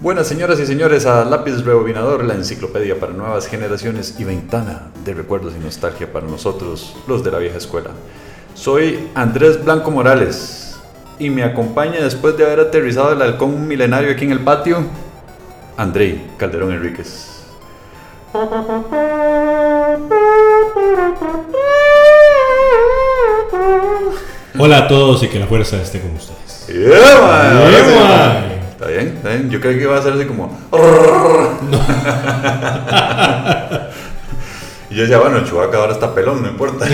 Buenas señoras y señores, a Lápiz Rebobinador, la enciclopedia para nuevas generaciones y ventana de recuerdos y nostalgia para nosotros, los de la vieja escuela. Soy Andrés Blanco Morales y me acompaña, después de haber aterrizado el halcón milenario aquí en el patio, Andrei Calderón Enríquez. Hola a todos y que la fuerza esté con ustedes. Está bien, está bien. Yo creo que iba a ser así como... No. Y yo decía, bueno, Chewbacca ahora está pelón, no importa.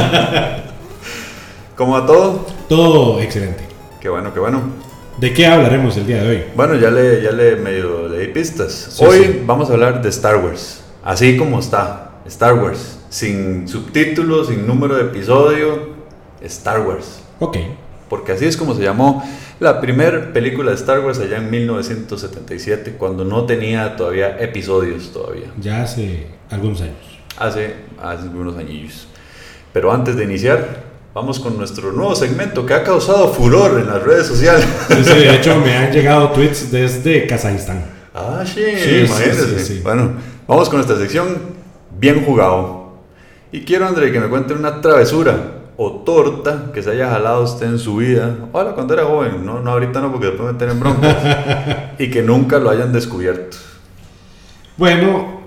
¿Cómo va todo? Todo excelente. Qué bueno, qué bueno. ¿De qué hablaremos el día de hoy? Bueno, ya le medio le di pistas. Sí, Hoy sí. vamos a hablar de Star Wars. Así como está, Star Wars. Sin subtítulos, sin número de episodio. Star Wars. Ok. Porque así es como se llamó la primera película de Star Wars allá en 1977, cuando no tenía todavía episodios todavía. Ya hace algunos años. Hace algunos añillos. Pero antes de iniciar, vamos con nuestro nuevo segmento que ha causado furor en las redes sociales. Sí, sí, de hecho me han llegado tweets desde Kazajistán. Ah, sí, Sí, imagínense. sí. Bueno, vamos con nuestra sección Bien Jugado. Y quiero, André, que me cuente una travesura o torta que se haya jalado usted en su vida. Hola, cuando era joven, no ahorita no, porque después me meten en broncas. Y que nunca lo hayan descubierto. Bueno,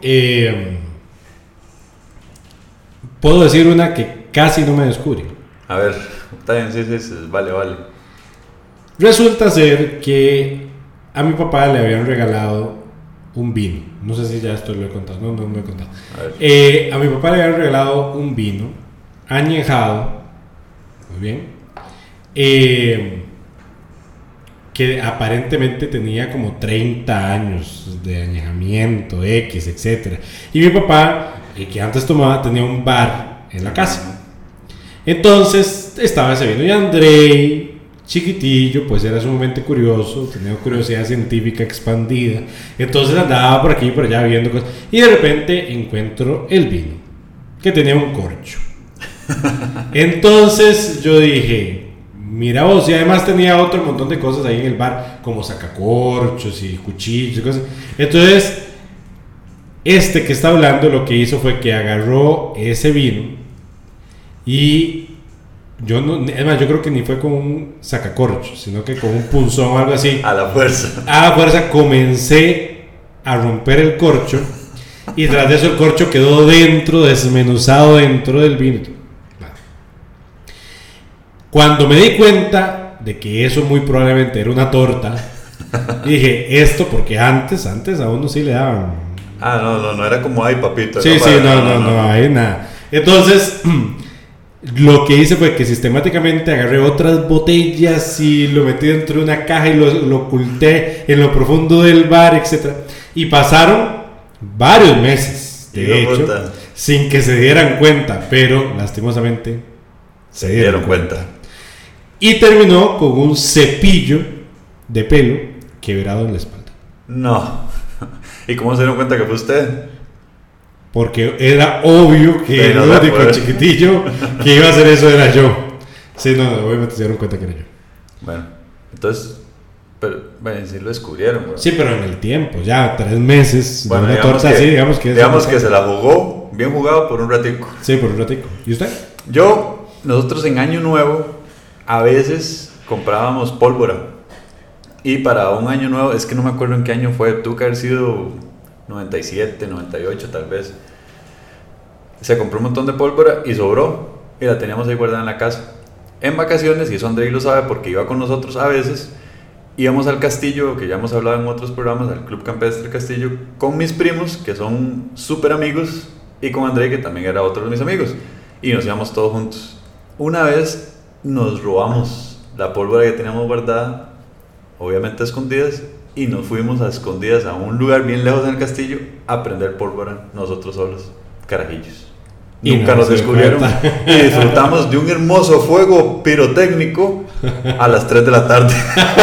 puedo decir una que casi no me descubre. A ver, está bien, sí, vale. Resulta ser que a mi papá le habían regalado un vino. No sé si ya esto lo he contado. No lo he contado. A mi papá le habían regalado un vino añejado. Muy bien. Que aparentemente tenía como 30 años de añejamiento, etc. Y mi papá, que antes tomaba, tenía un bar en la casa. Entonces estaba ese vino y Andrei, chiquitillo, pues era sumamente curioso, tenía curiosidad científica expandida. Entonces andaba por aquí y por allá viendo cosas. Y de repente encuentro el vino, que tenía un corcho. Entonces yo dije, mira vos, y además tenía otro montón de cosas ahí en el bar, como sacacorchos y cuchillos y cosas. Entonces, este que está hablando lo que hizo fue que agarró ese vino y yo creo que ni fue con un sacacorchos, sino que con un punzón o algo así. A la fuerza. A la fuerza comencé a romper el corcho y tras de eso el corcho quedó desmenuzado dentro del vino. Cuando me di cuenta de que eso muy probablemente era una torta, dije, esto porque antes a uno sí le daban. No era como, ay papito. Sí, no, hay nada. Entonces, lo que hice fue que sistemáticamente agarré otras botellas y lo metí dentro de una caja y lo oculté en lo profundo del bar, etc. Y pasaron varios meses, de hecho, sin que se dieran cuenta, pero lastimosamente se dieron cuenta. Y terminó con un cepillo de pelo quebrado en la espalda. No. ¿Y cómo se dieron cuenta que fue usted? Porque era obvio que el único chiquitillo que iba a hacer eso era yo. Sí, no, obviamente se dieron cuenta que era yo. Bueno, entonces, pero, bueno, sí lo descubrieron. Bro. Sí, pero en el tiempo, ya 3 meses. Bueno, de una torta así, digamos que se la jugó, bien jugado por un ratico. Sí, por un ratico. ¿Y usted? Nosotros en Año Nuevo a veces comprábamos pólvora. Y para un Año Nuevo, es que no me acuerdo en qué año fue, tuvo que haber sido 97, 98 tal vez. Se compró un montón de pólvora y sobró. Y la teníamos ahí guardada en la casa. En vacaciones, y eso Andrei lo sabe porque iba con nosotros a veces, íbamos al castillo, que ya hemos hablado en otros programas, al Club Campestre Castillo, con mis primos, que son súper amigos, y con Andrei, que también era otro de mis amigos. Y nos íbamos todos juntos. Una vez nos robamos la pólvora que teníamos guardada, obviamente a escondidas, y nos fuimos a escondidas a un lugar bien lejos en el castillo a prender pólvora nosotros solos, carajillos. Y nunca nos descubrieron y disfrutamos de un hermoso fuego pirotécnico a las 3 de la tarde.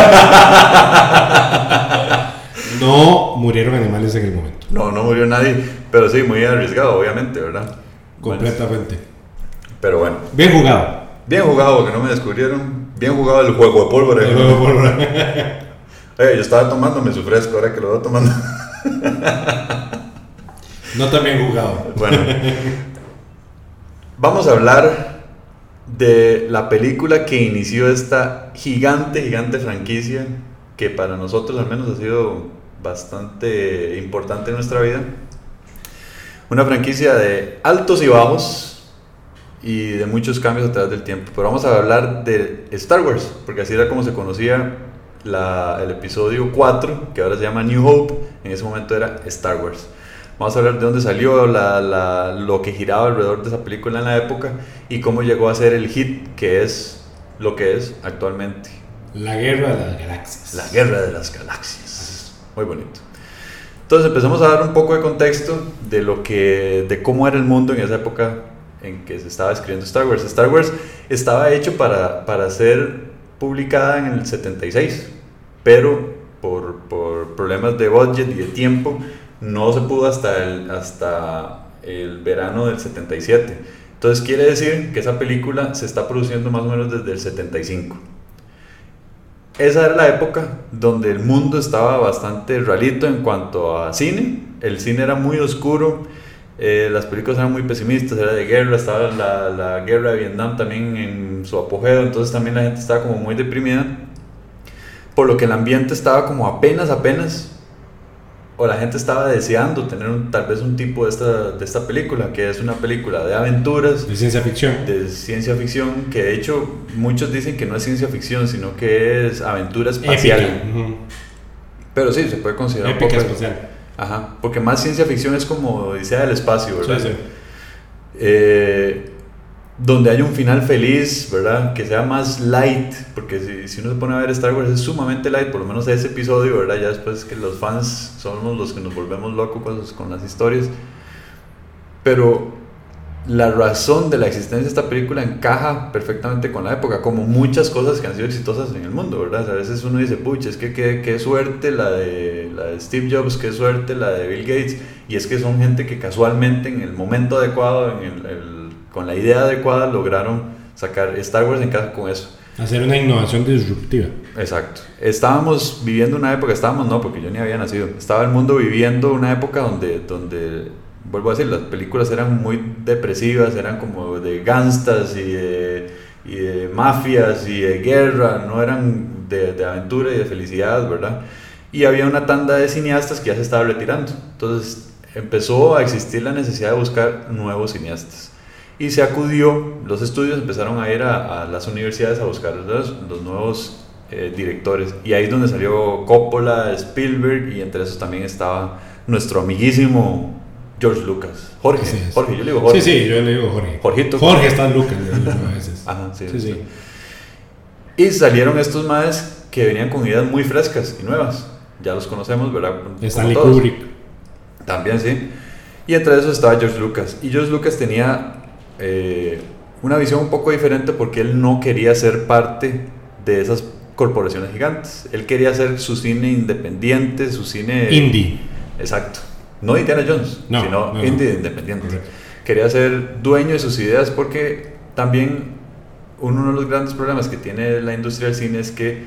No murieron animales en el momento. No murió nadie, pero sí, muy arriesgado, obviamente, ¿verdad? Completamente. Bueno, pero bueno. Bien jugado. Bien jugado, porque no me descubrieron. Bien jugado el juego de pólvora. El juego de pólvora. Oye, yo estaba tomándome su fresco, ahora que lo veo tomando. No tan bien jugado. Bueno, vamos a hablar de la película que inició esta gigante franquicia que para nosotros al menos ha sido bastante importante en nuestra vida. Una franquicia de altos y bajos y de muchos cambios a través del tiempo. Pero vamos a hablar de Star Wars, porque así era como se conocía el episodio 4, que ahora se llama New Hope. En ese momento era Star Wars. Vamos a hablar de dónde salió, lo que giraba alrededor de esa película en la época y cómo llegó a ser el hit que es lo que es actualmente. La guerra de las galaxias. La guerra de las galaxias. Muy bonito. Entonces empezamos a dar un poco de contexto de cómo era el mundo en esa época en que se estaba escribiendo Star Wars. Star Wars estaba hecho para ser publicada en el 76, pero por problemas de budget y de tiempo no se pudo hasta el verano del 77. Entonces quiere decir que esa película se está produciendo más o menos desde el 75. Esa era la época donde el mundo estaba bastante rarito en cuanto a cine. El cine era muy oscuro, las películas eran muy pesimistas, era de guerra, estaba la guerra de Vietnam también en su apogeo, entonces también la gente estaba como muy deprimida, por lo que el ambiente estaba como apenas, o la gente estaba deseando tener tal vez un tipo de esta película, que es una película de aventuras, de ciencia ficción, que de hecho muchos dicen que no es ciencia ficción, sino que es aventura espacial. Uh-huh. Pero sí, se puede considerar épica un poco espacial. Ajá, porque más ciencia ficción es como Odisea del espacio, ¿verdad? Sí. Donde hay un final feliz, ¿verdad? Que sea más light, porque si uno se pone a ver Star Wars es sumamente light, por lo menos ese episodio, ¿verdad? Ya después que los fans somos los que nos volvemos locos con las historias. Pero la razón de la existencia de esta película encaja perfectamente con la época, como muchas cosas que han sido exitosas en el mundo, ¿verdad? A veces uno dice, pucha, es que qué suerte la de Steve Jobs, qué suerte la de Bill Gates, y es que son gente que casualmente en el momento adecuado, con la idea adecuada, lograron sacar Star Wars en casa con eso. Hacer una innovación disruptiva. Exacto. Estábamos viviendo una época, no, porque yo ni había nacido, estaba el mundo viviendo una época donde vuelvo a decir, las películas eran muy depresivas, eran como de gangstas y de mafias y de guerra, no eran de aventura y de felicidad, ¿verdad? Y había una tanda de cineastas que ya se estaba retirando, entonces empezó a existir la necesidad de buscar nuevos cineastas. Y los estudios empezaron a ir a las universidades a buscar los nuevos directores, y ahí es donde salió Coppola, Spielberg, y entre esos también estaba nuestro amiguísimo George Lucas. Jorge, yo le digo Jorge. Sí, yo le digo Jorge. Jorgito. Jorge está Lucas, le digo a veces. Ajá, sí. Y salieron estos maes que venían con ideas muy frescas y nuevas. Ya los conocemos, ¿verdad? Stanley Kubrick. También, sí. Y entre esos estaba George Lucas. Y George Lucas tenía una visión un poco diferente, porque él no quería ser parte de esas corporaciones gigantes. Él quería hacer su cine independiente, su cine... Indie. Exacto. No de Indiana Jones, sino indie independiente. Correcto. Quería ser dueño de sus ideas, porque también uno de los grandes problemas que tiene la industria del cine es que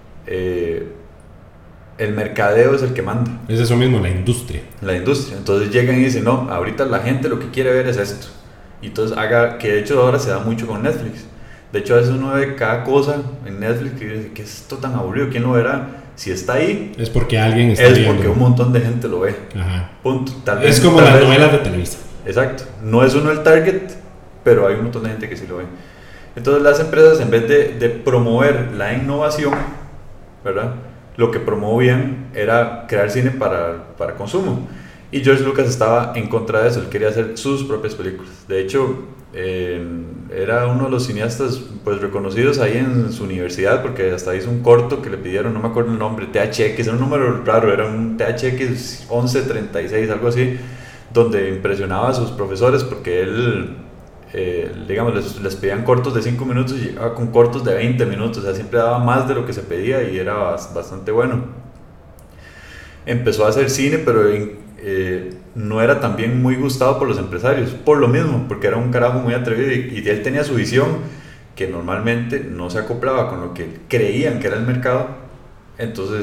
el mercadeo es el que manda. Es eso mismo, la industria. Entonces llegan y dicen, no, ahorita la gente lo que quiere ver es esto. Y entonces que de hecho ahora se da mucho con Netflix. De hecho a veces uno ve cada cosa en Netflix que dice, ¿qué es esto tan aburrido? ¿Quién lo verá? Si está ahí, es porque alguien está viendo. Es porque un montón de gente lo ve. Ajá. Punto. Es como las novelas de Televisa. Exacto. No es uno el target, pero hay un montón de gente que sí lo ve. Entonces las empresas, en vez de promover la innovación, ¿verdad?, lo que promovían era crear cine para consumo. Y George Lucas estaba en contra de eso. Él quería hacer sus propias películas. De hecho, era uno de los cineastas pues reconocidos ahí en su universidad, porque hasta hizo un corto que le pidieron, no me acuerdo el nombre, THX, era un número raro, era un THX 1136, algo así, donde impresionaba a sus profesores, porque él, digamos, les pedían cortos de 5 minutos y llegaba con cortos de 20 minutos, o sea, siempre daba más de lo que se pedía y era bastante bueno. Empezó a hacer cine, pero no era también muy gustado por los empresarios, por lo mismo, porque era un carajo muy atrevido y él tenía su visión que normalmente no se acoplaba con lo que creían que era el mercado. Entonces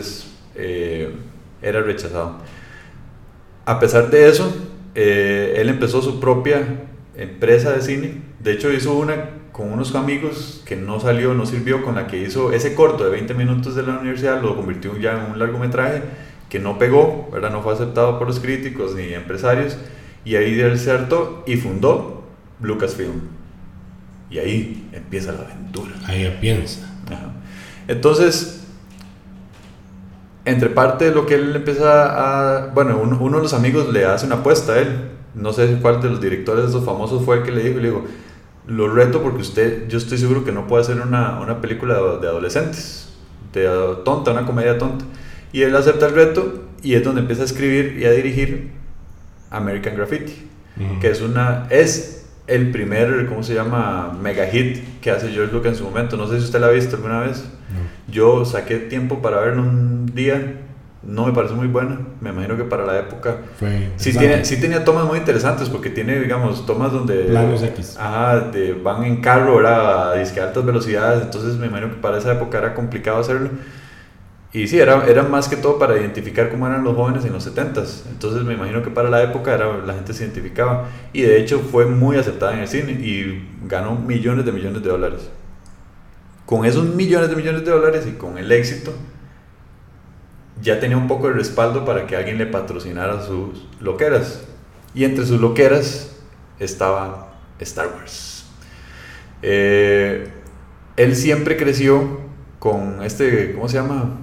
era rechazado. A pesar de eso, él empezó su propia empresa de cine. De hecho, hizo una con unos amigos que no salió, no sirvió, con la que hizo ese corto de 20 minutos de la universidad, lo convirtió ya en un largometraje que no pegó, ¿verdad? No fue aceptado por los críticos ni empresarios, y ahí él se hartó y fundó Lucasfilm. Y ahí empieza la aventura. Ahí piensa. Ajá. Entonces, entre parte de lo que él empieza a... Bueno, uno de los amigos le hace una apuesta a él. No sé cuál de los directores de esos famosos fue el que le dijo. Y le digo, lo reto porque yo estoy seguro que no puede hacer una película de adolescentes, de tonta, una comedia tonta. Y él acepta el reto y es donde empieza a escribir y a dirigir American Graffiti, que es el primer, ¿cómo se llama?, mega hit que hace George Lucas en su momento. No sé si usted la ha visto alguna vez. Yo saqué tiempo para verlo un día, no me parece muy buena, me imagino que para la época sí tenía tomas muy interesantes, porque tiene, digamos, tomas donde planos X, van en carro, ¿verdad?, a disque altas velocidades, entonces me imagino que para esa época era complicado hacerlo. Y sí, era más que todo para identificar cómo eran los jóvenes en los 70s. Entonces me imagino que para la época la gente se identificaba. Y de hecho fue muy aceptada en el cine y ganó millones de dólares. Con esos millones de dólares y con el éxito, ya tenía un poco de respaldo para que alguien le patrocinara sus loqueras. Y entre sus loqueras estaba Star Wars. Él siempre creció con ¿cómo se llama?,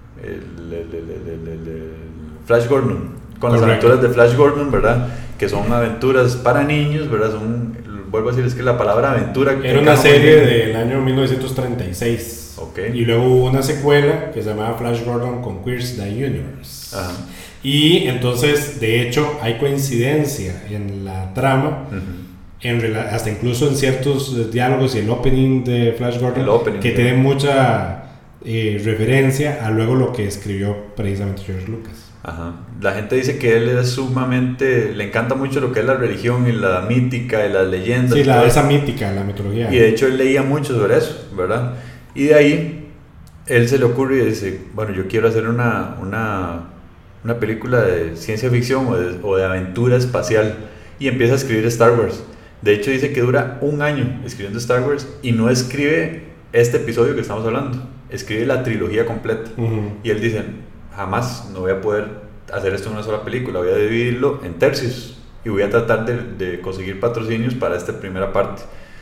el Flash Gordon, con las aventuras de Flash Gordon, ¿verdad? Que son aventuras para niños, ¿verdad? Vuelvo a decir, es que la palabra aventura... Era una serie del año 1936. Okay. Y luego hubo una secuela que se llamaba Flash Gordon Conquers the Universe. Ajá. Y entonces, de hecho, hay coincidencia en la trama, hasta incluso en ciertos diálogos y el opening de Flash Gordon, que tiene mucha referencia a luego lo que escribió precisamente George Lucas. Ajá. La gente dice que él es le encanta mucho lo que es la religión y la mítica y las leyendas. Sí, esa mítica, la mitología. Y de hecho él leía mucho sobre eso, ¿verdad? Y de ahí él se le ocurre y dice, bueno, yo quiero hacer una película de ciencia ficción o de aventura espacial, y empieza a escribir Star Wars. De hecho dice que dura un año escribiendo Star Wars y no escribe este episodio que estamos hablando, escribe la trilogía completa. Y él dice, jamás no voy a poder hacer esto en una sola película, voy a dividirlo en tercios y voy a tratar de conseguir patrocinios para esta primera parte.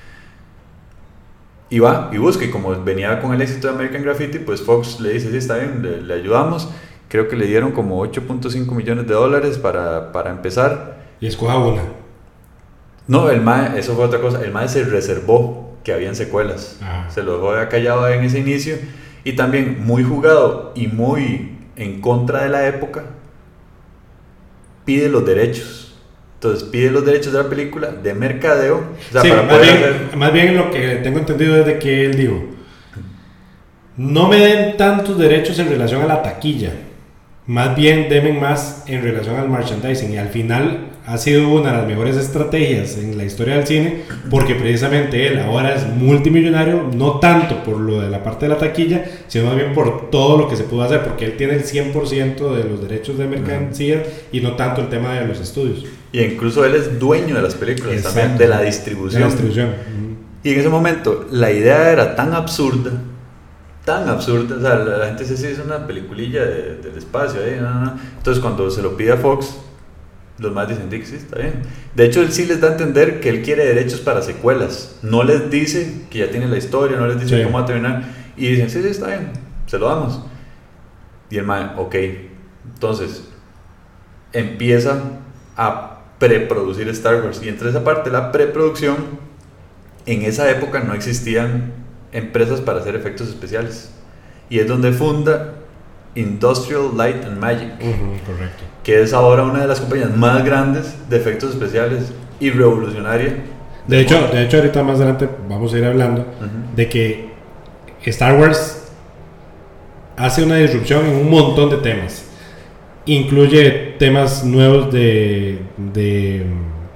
Y va y busca, y como venía con el éxito de American Graffiti, pues Fox le dice, sí, está bien, le ayudamos. Creo que le dieron como $8.5 millones para empezar. Y escoja una. No, el MAE, eso fue otra cosa, el MAE se reservó que habían secuelas. Se lo dejó callado en ese inicio. Y también muy jugado y muy en contra de la época, pide los derechos. Entonces pide los derechos de la película de mercadeo. O sea, sí, para más bien lo que tengo entendido es de que él dijo, no me den tantos derechos en relación a la taquilla, más bien denme más en relación al merchandising. Y al final ha sido una de las mejores estrategias en la historia del cine, porque precisamente él ahora es multimillonario, no tanto por lo de la parte de la taquilla, sino más bien por todo lo que se pudo hacer, porque él tiene el 100% de los derechos de mercancía y no tanto el tema de los estudios. Y incluso él es dueño de las películas. Exacto. También, de la distribución. Y en ese momento la idea era tan absurda, o sea, la gente dice, sí, es una peliculilla del espacio, no. Entonces cuando se lo pide a Fox, los más dicen, sí, está bien. De hecho, él sí les da a entender que él quiere derechos para secuelas. No les dice que ya tiene la historia, no les dice cómo va a terminar. Y dicen, sí, está bien, se lo damos. Y el man, ok. Entonces, empieza a preproducir Star Wars. Y entre esa parte, la preproducción, en esa época no existían empresas para hacer efectos especiales. Y es donde funda Industrial Light and Magic, correcto, que es ahora una de las compañías más grandes de efectos especiales y revolucionaria. De hecho ahorita más adelante vamos a ir hablando de que Star Wars hace una disrupción en un montón de temas. Incluye temas nuevos de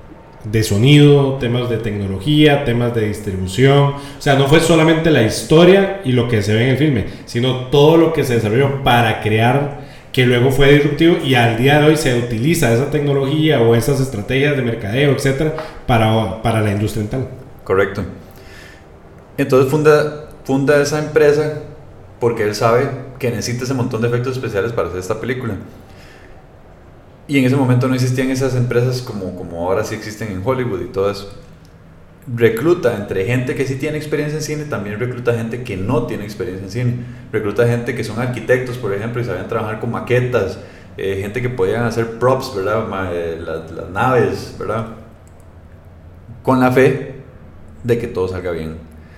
de sonido, temas de tecnología, temas de distribución. O sea, no fue solamente la historia y lo que se ve en el filme, sino todo lo que se desarrolló para crear, que luego fue disruptivo, y al día de hoy se utiliza esa tecnología o esas estrategias de mercadeo, etcétera, para la industria dental. Correcto. Entonces funda esa empresa porque él sabe que necesita ese montón de efectos especiales para hacer esta película. Y en ese momento no existían esas empresas como ahora sí existen en Hollywood y todo eso. Recluta entre gente que sí tiene experiencia en cine, también recluta gente que no tiene experiencia en cine. Recluta gente que son arquitectos, por ejemplo, y sabían trabajar con maquetas, gente que podían hacer props, ¿verdad? Las naves, ¿verdad? Con la fe de que todo salga bien.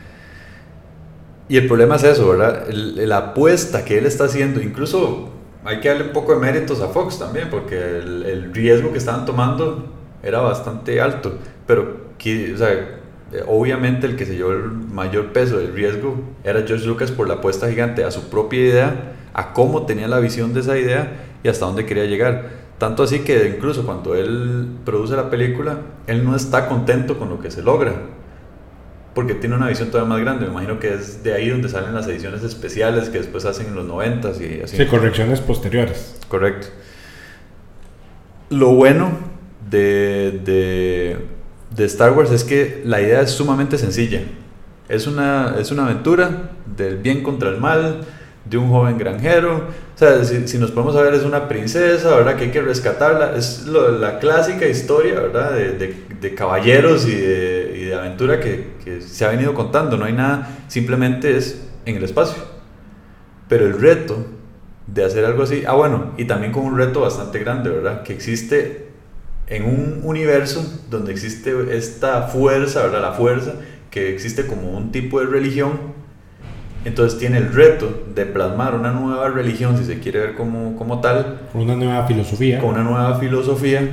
Y el problema es eso, ¿verdad? La apuesta que él está haciendo, incluso hay que darle un poco de méritos a Fox también, porque el riesgo que estaban tomando era bastante alto, pero o sea, obviamente el que se llevó el mayor peso del riesgo era George Lucas por la apuesta gigante a su propia idea, a cómo tenía la visión de esa idea y hasta dónde quería llegar. Tanto así que incluso cuando él produce la película, él no está contento con lo que se logra, porque tiene una visión todavía más grande. Me imagino que es de ahí donde salen las ediciones especiales que después hacen en los 90s y así. Sí, correcciones posteriores. Correcto. Lo bueno de Star Wars es que la idea es sumamente sencilla. Es una aventura del bien contra el mal, de un joven granjero. O sea, si nos podemos ver, es una princesa, ¿verdad? Que hay que rescatarla. Es la clásica historia, ¿verdad? De caballeros y de aventura que se ha venido contando. No hay nada, simplemente es en el espacio. Pero el reto de hacer algo así, bueno, y también con un reto bastante grande, ¿verdad? Que existe en un universo donde existe esta fuerza, ¿verdad? La fuerza, que existe como un tipo de religión. Entonces tiene el reto de plasmar una nueva religión, si se quiere ver como tal. Con una nueva filosofía. Con una nueva filosofía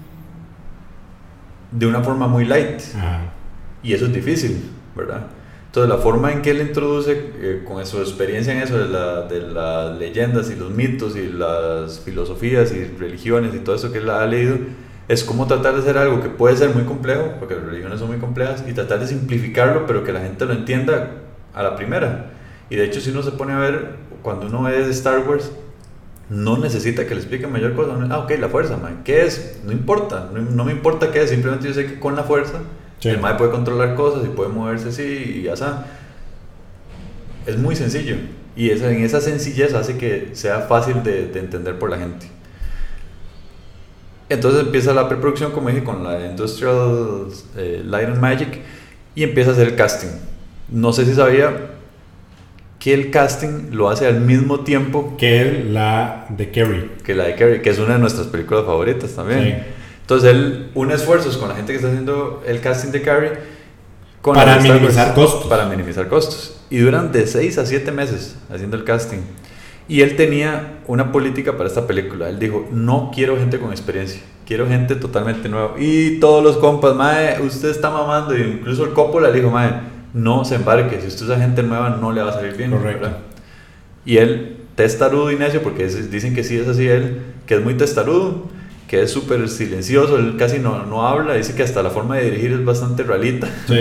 de una forma muy light. Ajá. Y eso es difícil, ¿verdad? Entonces la forma en que él introduce, con su experiencia en eso de las leyendas y los mitos y las filosofías y religiones y todo eso que él ha leído, es como tratar de hacer algo que puede ser muy complejo, porque las religiones son muy complejas, y tratar de simplificarlo, pero que la gente lo entienda a la primera. Y de hecho, si uno se pone a ver, cuando uno ve Star Wars, no necesita que le expliquen mayor cosa. Ok, la fuerza, man, ¿qué es? No importa, no me importa qué es, simplemente yo sé que con la fuerza sí, el mae puede controlar cosas y puede moverse así y ya está. Es muy sencillo, y en esa sencillez hace que sea fácil de entender por la gente. Entonces empieza la preproducción, como dije, con la Industrial Light and Magic, y empieza a hacer el casting. No sé si sabía que el casting lo hace al mismo tiempo que la de Carrie. Que es una de nuestras películas favoritas también. Sí. Entonces él une esfuerzos con la gente que está haciendo el casting de Carrie para minimizar costos. Para minimizar costos. Y duran de 6 a 7 meses haciendo el casting. Y él tenía una política para esta película. Él dijo, no quiero gente con experiencia, quiero gente totalmente nueva. Y todos los compas, mae, usted está mamando. Y incluso el Coppola le dijo, mae, no se embarque, si usted usa gente nueva no le va a salir bien. Correcto. ¿Verdad? Y él, testarudo y necio, porque dicen que sí es así él, que es muy testarudo, que es súper silencioso, él casi no habla, dice que hasta la forma de dirigir es bastante ralita. Sí.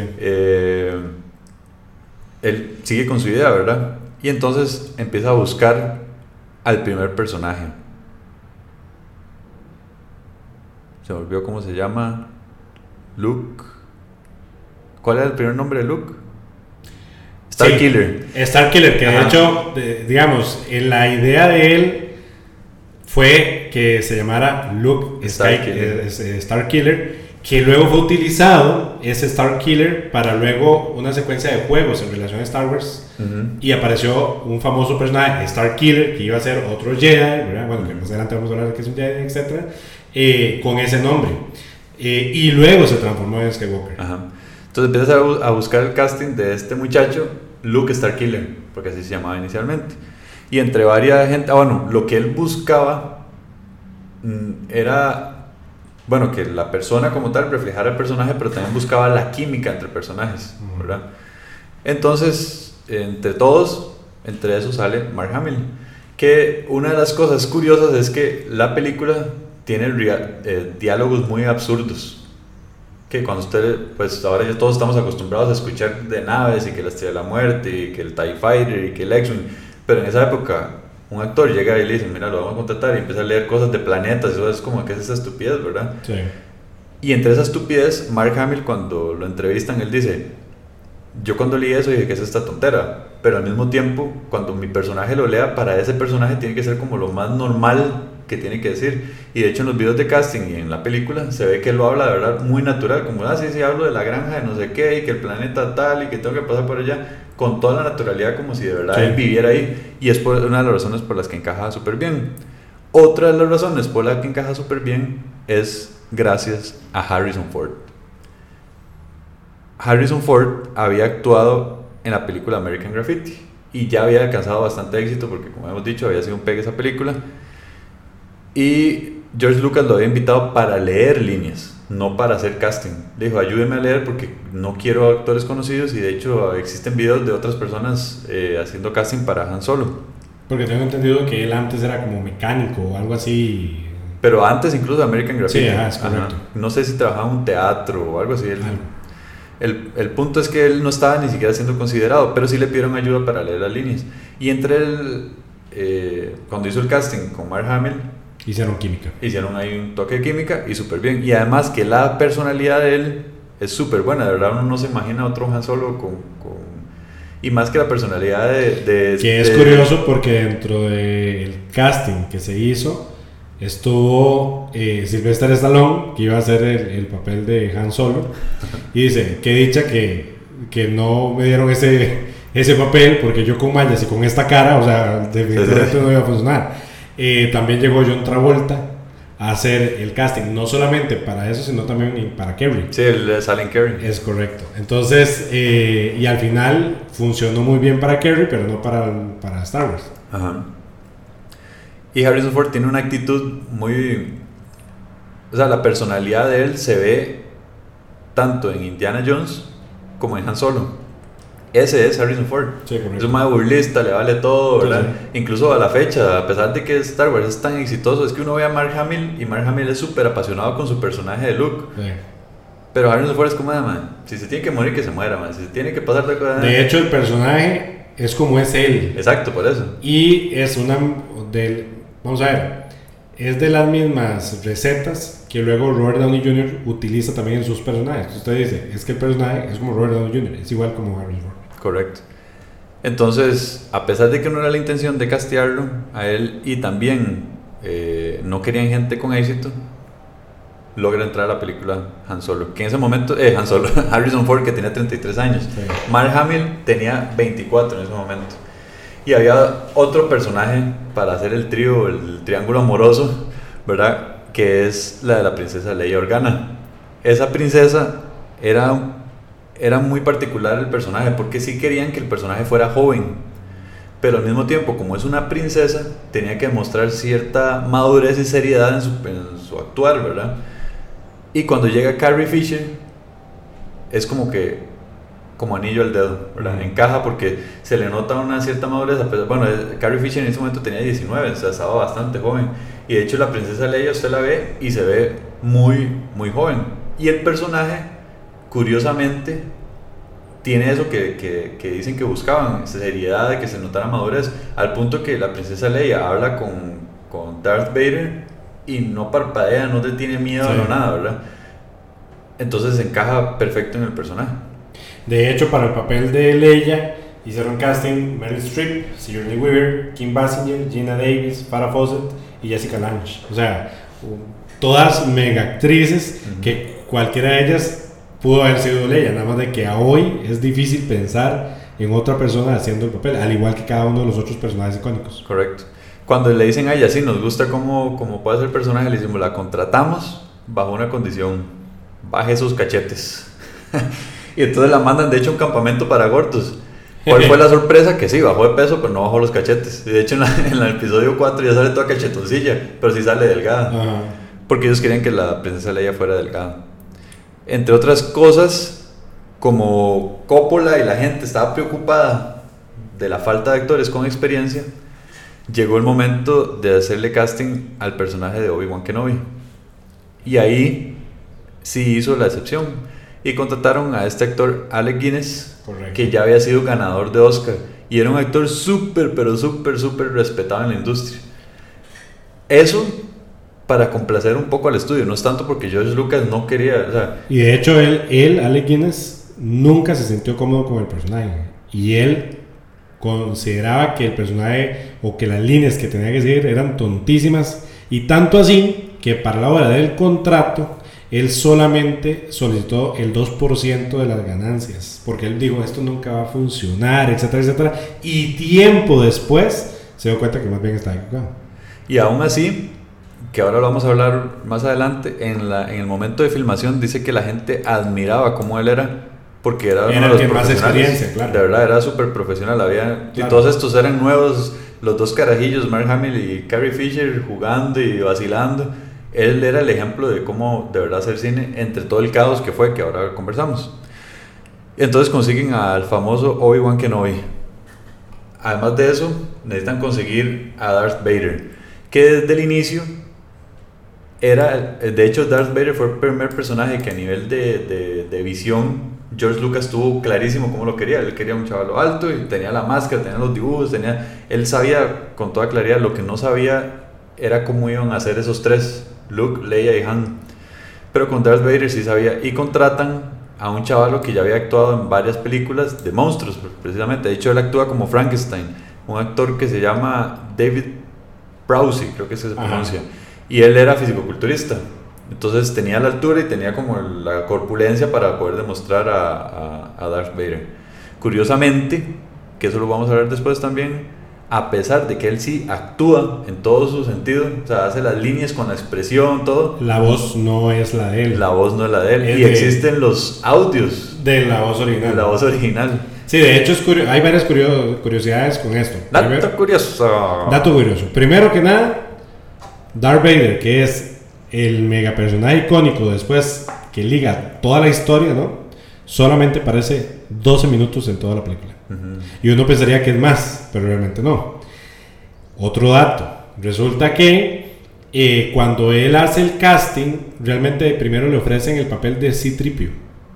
Él sigue con su idea, ¿verdad? Y entonces empieza a buscar al primer personaje. Se me olvidó cómo se llama. Luke. ¿Cuál era el primer nombre de Luke? Starkiller. Starkiller, que de hecho, digamos, la idea de él fue que se llamara Luke Starkiller, que luego fue utilizado ese Starkiller para luego una secuencia de juegos en relación a Star Wars. Uh-huh. Y apareció un famoso personaje, Starkiller, que iba a ser otro Jedi, ¿verdad? Bueno, que más adelante vamos a hablar de que es un Jedi, etc. Con ese nombre. Y luego se transformó en Skywalker. Ajá. Entonces empiezas a buscar el casting de este muchacho, Luke Starkiller, porque así se llamaba inicialmente. Y entre varias gente, lo que él buscaba era, que la persona como tal reflejara el personaje, pero también buscaba la química entre personajes, ¿verdad? Entonces, entre esos sale Mark Hamill, que una de las cosas curiosas es que la película tiene diálogos muy absurdos. que cuando usted, pues ahora ya todos estamos acostumbrados a escuchar de naves y que la Estrella de la Muerte y que el TIE Fighter y que el X-Wing, pero en esa época un actor llega y le dice, mira, lo vamos a contratar y empieza a leer cosas de planetas, y eso es como que es esa estupidez, ¿verdad? Sí. Y entre esa estupidez, Mark Hamill, cuando lo entrevistan, él dice, yo cuando leí eso dije que es esta tontera, pero al mismo tiempo, cuando mi personaje lo lea, para ese personaje tiene que ser como lo más normal que tiene que decir. Y de hecho en los videos de casting y en la película se ve que él lo habla de verdad muy natural, como, sí, hablo de la granja de no sé qué, y que el planeta tal, y que tengo que pasar por allá, con toda la naturalidad, como si de verdad él viviera ahí. Y es una de las razones por las que encaja súper bien. Otra de las razones por las que encaja súper bien es gracias a Harrison Ford. Harrison Ford había actuado en la película American Graffiti y ya había alcanzado bastante éxito porque, como hemos dicho, había sido un pegue esa película. Y George Lucas lo había invitado para leer líneas, no para hacer casting. Le dijo, ayúdeme a leer porque no quiero actores conocidos, y de hecho existen videos de otras personas haciendo casting para Han Solo. Porque tengo entendido que él antes era como mecánico o algo así. Pero antes incluso de American Graffiti. Sí, es correcto. No sé si trabajaba en un teatro o algo así. El punto es que él no estaba ni siquiera siendo considerado, pero sí le pidieron ayuda para leer las líneas. Y cuando hizo el casting con Mark Hamill, hicieron ahí un toque de química y súper bien. Y además que la personalidad de él es súper buena, de verdad uno no se imagina otro Han Solo y más que la personalidad que es curioso porque dentro del casting que se hizo estuvo Sylvester Stallone, que iba a hacer el papel de Han Solo, y dice, qué dicha que no me dieron ese papel, porque yo con mallas y con esta cara, o sea, definitivamente no iba a funcionar. También llegó John Travolta a hacer el casting, no solamente para eso, sino también para Carrie. Sí, el Silent Carrie. Es correcto. Entonces, y al final funcionó muy bien para Carrie, pero no para Star Wars. Ajá. Y Harrison Ford tiene una actitud muy... O sea, la personalidad de él se ve tanto en Indiana Jones como en Han Solo. Ese es Harrison Ford. Sí, es un más burlista, le vale todo, ¿verdad? Sí. Incluso a la fecha, a pesar de que Star Wars es tan exitoso, es que uno ve a Mark Hamill y Mark Hamill es súper apasionado con su personaje de Luke. Sí. Pero Harrison Ford es como, man, si se tiene que morir, que se muera, man. Si se tiene que pasar de cosas... De hecho, el personaje es como es él. Exacto, por eso. Y es vamos a ver, es de las mismas recetas que luego Robert Downey Jr. utiliza también en sus personajes. Usted dice, es que el personaje es como Robert Downey Jr., es igual como Harrison Ford. Correcto. Entonces, a pesar de que no era la intención de castearlo a él y también no querían gente con éxito, logra entrar a la película Han Solo, que en ese momento, Harrison Ford, que tenía 33 años, sí. Mark Hamill tenía 24 en ese momento. Y había otro personaje para hacer el trío, el triángulo amoroso, ¿verdad? Que es la de la princesa Leia Organa. Esa princesa era muy particular el personaje, porque sí querían que el personaje fuera joven, pero al mismo tiempo, como es una princesa, tenía que demostrar cierta madurez y seriedad en su actuar, ¿verdad? Y cuando llega Carrie Fisher, es como anillo al dedo, ¿verdad? Encaja porque se le nota una cierta madurez. Bueno, Carrie Fisher en ese momento tenía 19, o sea, estaba bastante joven. Y de hecho la princesa Leia usted la ve y se ve muy, muy joven. Y el personaje, curiosamente, tiene eso que dicen que buscaban, seriedad, de que se notara madurez, al punto que la princesa Leia habla con Darth Vader y no parpadea, no le tiene miedo, sí. No nada, ¿verdad? Entonces encaja perfecto en el personaje. De hecho, para el papel de Leia hicieron casting Meryl Streep, Sigourney Weaver, Kim Basinger, Gina Davis, Farrah Fawcett y Jessica Lange. O sea, todas mega actrices que cualquiera de ellas pudo haber sido Leia, nada más de que a hoy es difícil pensar en otra persona haciendo el papel, al igual que cada uno de los otros personajes icónicos. Correcto. Cuando le dicen a ella, sí, nos gusta cómo puede ser el personaje, le decimos, la contratamos bajo una condición: baje sus cachetes. Y entonces la mandan de hecho a un campamento para gordos. ¿Cuál fue la sorpresa? Que sí, bajó de peso, pero no bajó los cachetes. Y de hecho en el episodio 4 ya sale toda cachetoncilla, pero sí sale delgada. Porque ellos querían que la princesa Leia fuera delgada. Entre otras cosas, como Coppola y la gente estaba preocupada de la falta de actores con experiencia, llegó el momento de hacerle casting al personaje de Obi-Wan Kenobi. Y ahí sí hizo la excepción. Y contrataron a este actor Alec Guinness, Correcto. que ya había sido ganador de Oscar. Y era un actor súper, pero súper, súper respetado en la industria. Eso para complacer un poco al estudio, no es tanto porque George Lucas no quería, o sea, Y de hecho él, Alec Guinness, nunca se sintió cómodo con el personaje. Y él consideraba que el personaje o que las líneas que tenía que seguir eran tontísimas. Y tanto así que para la hora del contrato, él solamente solicitó el 2% de las ganancias. Porque él dijo, esto nunca va a funcionar, etcétera, etcétera. Y tiempo después se dio cuenta que más bien estaba equivocado. y aún así, que ahora lo vamos a hablar más adelante, en el momento de filmación dice que la gente admiraba cómo él era, porque era uno de los el que más profesionales. experiencia, claro. De verdad, era súper profesional. Había, Claro. Y todos estos eran nuevos, los dos carajillos, Mark Hamill y Carrie Fisher, jugando y vacilando. Él era el ejemplo de cómo de verdad hacer cine entre todo el caos que fue, que ahora conversamos. Entonces consiguen al famoso Obi-Wan Kenobi. Además de eso, necesitan conseguir a Darth Vader, que desde el inicio era, de hecho Darth Vader fue el primer personaje que a nivel de visión George Lucas tuvo clarísimo cómo lo quería. Él quería un chavalo alto y tenía la máscara, tenía los dibujos, él sabía con toda claridad. Lo que no sabía era cómo iban a hacer esos tres, Luke, Leia y Han. Pero con Darth Vader sí sabía, y contratan a un chavalo que ya había actuado en varias películas de monstruos, precisamente. De hecho, él actúa como Frankenstein, un actor que se llama David Prowse, creo que se pronuncia. Y él era fisicoculturista, entonces tenía la altura y tenía como la corpulencia para poder demostrar a Darth Vader. Curiosamente, que eso lo vamos a ver después también, a pesar de que él sí actúa en todo su sentido, o sea, hace las líneas con la expresión, todo, La voz no es la de él. la voz no es la de él, Es y existen los audios de la voz de original. la voz original. Sí, de hecho hay varias curiosidades con esto. Dato curioso. Dato curioso. Primero que nada, Darth Vader, que es el mega personaje icónico después que liga toda la historia, ¿no? Solamente aparece 12 minutos en toda la película. Y uno pensaría que es más, pero realmente no. Otro dato. Resulta que cuando él hace el casting, realmente primero le ofrecen el papel de C-3PO.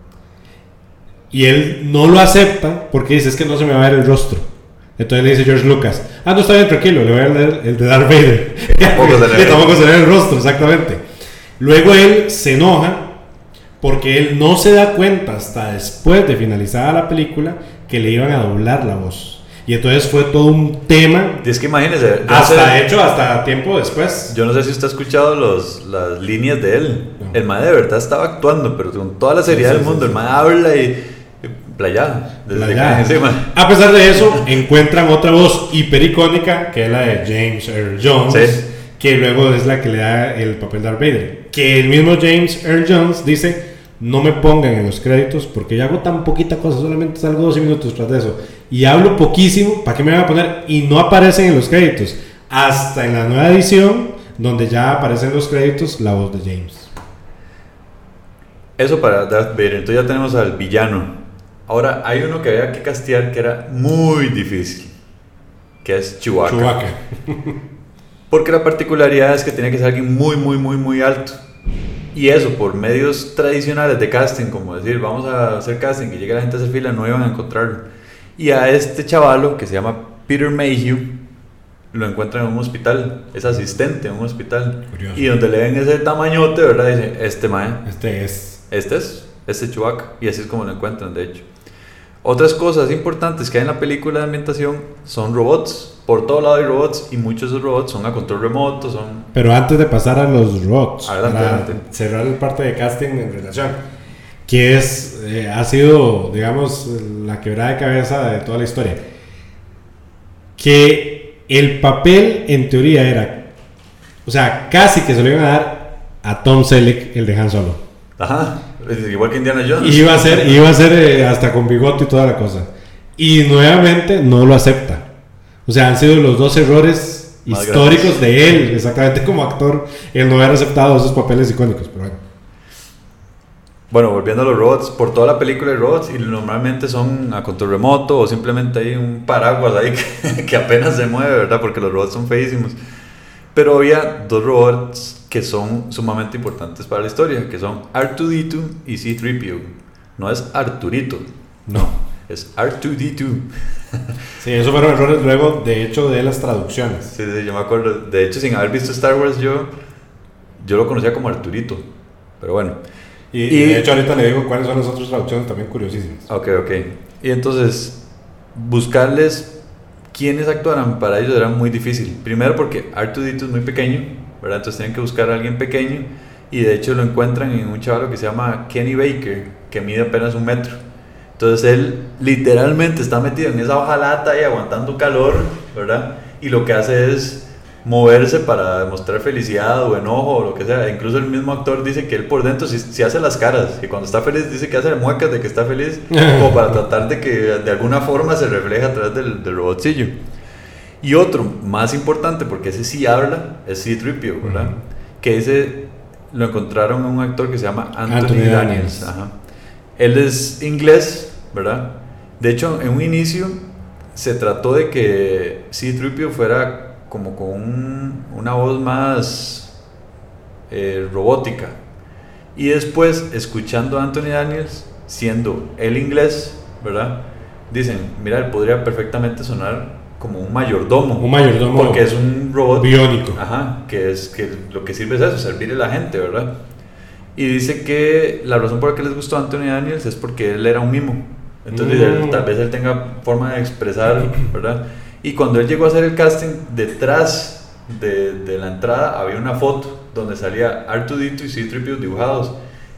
Y él no lo acepta porque dice, es que no se me va a ver el rostro. Entonces le dice George Lucas, no está bien, tranquilo, le voy a dar el de Darth Vader. Tampoco se le ve el rostro, exactamente. Luego él se enoja porque él no se da cuenta hasta después de finalizada la película que le iban a doblar la voz. Y entonces fue todo un tema. Y es que imagínese, Hasta tiempo después. yo no sé si usted ha escuchado las líneas de él. No. El mae de verdad estaba actuando, pero con toda la seriedad del mundo. El mae habla y playada. Desde que cae encima. A pesar de eso, encuentran otra voz hipericónica, que es la de James Earl Jones, Sí. que luego es la que le da el papel de Darth Vader. Que el mismo James Earl Jones dice, no me pongan en los créditos porque yo hago tan poquita cosa, solamente salgo 12 minutos tras de eso. Y hablo poquísimo, ¿para qué me van a poner? Y no aparecen en los créditos. Hasta en la nueva edición, donde ya aparecen en los créditos la voz de James. Eso para Darth Vader. Entonces ya tenemos al villano. Ahora hay uno que había que castear que era muy difícil, que es Chewbacca. Chewbacca. Porque la particularidad es que tenía que ser alguien muy, muy, muy, muy alto. Y eso, por medios tradicionales de casting, como decir, vamos a hacer casting, que llegue la gente a hacer fila, no iban a encontrarlo. Y a este chavalo, que se llama Peter Mayhew, lo encuentran en un hospital, es asistente en un hospital. Curioso. Y donde le ven ese tamañote, ¿verdad? Dice, este mae, este Chewbacca. Y así es como lo encuentran, de hecho. Otras cosas importantes que hay en la película de ambientación son robots. Por todo lado hay robots y muchos de esos robots son a control remoto, son... Pero antes de pasar a los robots, Adelante. cerrar el parte de casting en relación, que ha sido, digamos, la quebrada de cabeza de toda la historia. Que el papel, en teoría, era, o sea, casi que se lo iban a dar a Tom Selleck, el de Han Solo. Ajá, igual que Indiana Jones. Iba a ser hasta con bigote y toda la cosa. Y nuevamente no lo acepta. O sea, han sido los dos errores más históricos grandes de él, exactamente como actor, el no haber aceptado esos papeles icónicos, pero bueno. Bueno, volviendo a los robots, por toda la película hay robots y normalmente son a control remoto o simplemente hay un paraguas ahí que apenas se mueve, ¿verdad? Porque los robots son feísimos. Pero había dos robots que son sumamente importantes para la historia, que son R2-D2 y C-3PO. No es Arturito, No. es R2-D2. Sí, esos fueron errores luego, de hecho, de las traducciones. Sí, sí, yo me acuerdo. De hecho, sin haber visto Star Wars, yo lo conocía como Arturito. Pero bueno. Y de hecho, ahorita le digo cuáles son las otras traducciones también curiosísimas. Ok. Y entonces, buscarles quiénes actuaran para ellos era muy difícil. Primero porque R2-D2 es muy pequeño, ¿verdad? Entonces tienen que buscar a alguien pequeño. Y de hecho lo encuentran en un chaval que se llama Kenny Baker, que mide apenas 1 metro. Entonces él literalmente está metido en esa hojalata y aguantando calor, ¿verdad? Y lo que hace es moverse para demostrar felicidad o enojo o lo que sea. Incluso el mismo actor dice que él por dentro sí hace las caras, y cuando está feliz dice que hace muecas de que está feliz, como para tratar de que de alguna forma se refleje a través del robotcillo. Y otro más importante, porque ese sí habla, es C-3PO, ¿verdad? Que ese lo encontraron en un actor que se llama Anthony Daniels. Ajá. Él es inglés, ¿verdad? De hecho, en un inicio se trató de que C-3PO fuera como con una voz más robótica. Y después, escuchando a Anthony Daniels, siendo él inglés, ¿verdad? Dicen, mira, él podría perfectamente sonar como un mayordomo. Un mayordomo. Porque es un robot biónico. Ajá, que lo que sirve es eso, servirle a la gente, ¿verdad? Y dice que la razón por la que les gustó a Anthony Daniels es porque él era un mimo. Entonces tal vez él tenga forma de expresar, ¿verdad? Y cuando él llegó a hacer el casting, detrás de la entrada había una foto donde salía R2-D2 y C-3PO dibujados.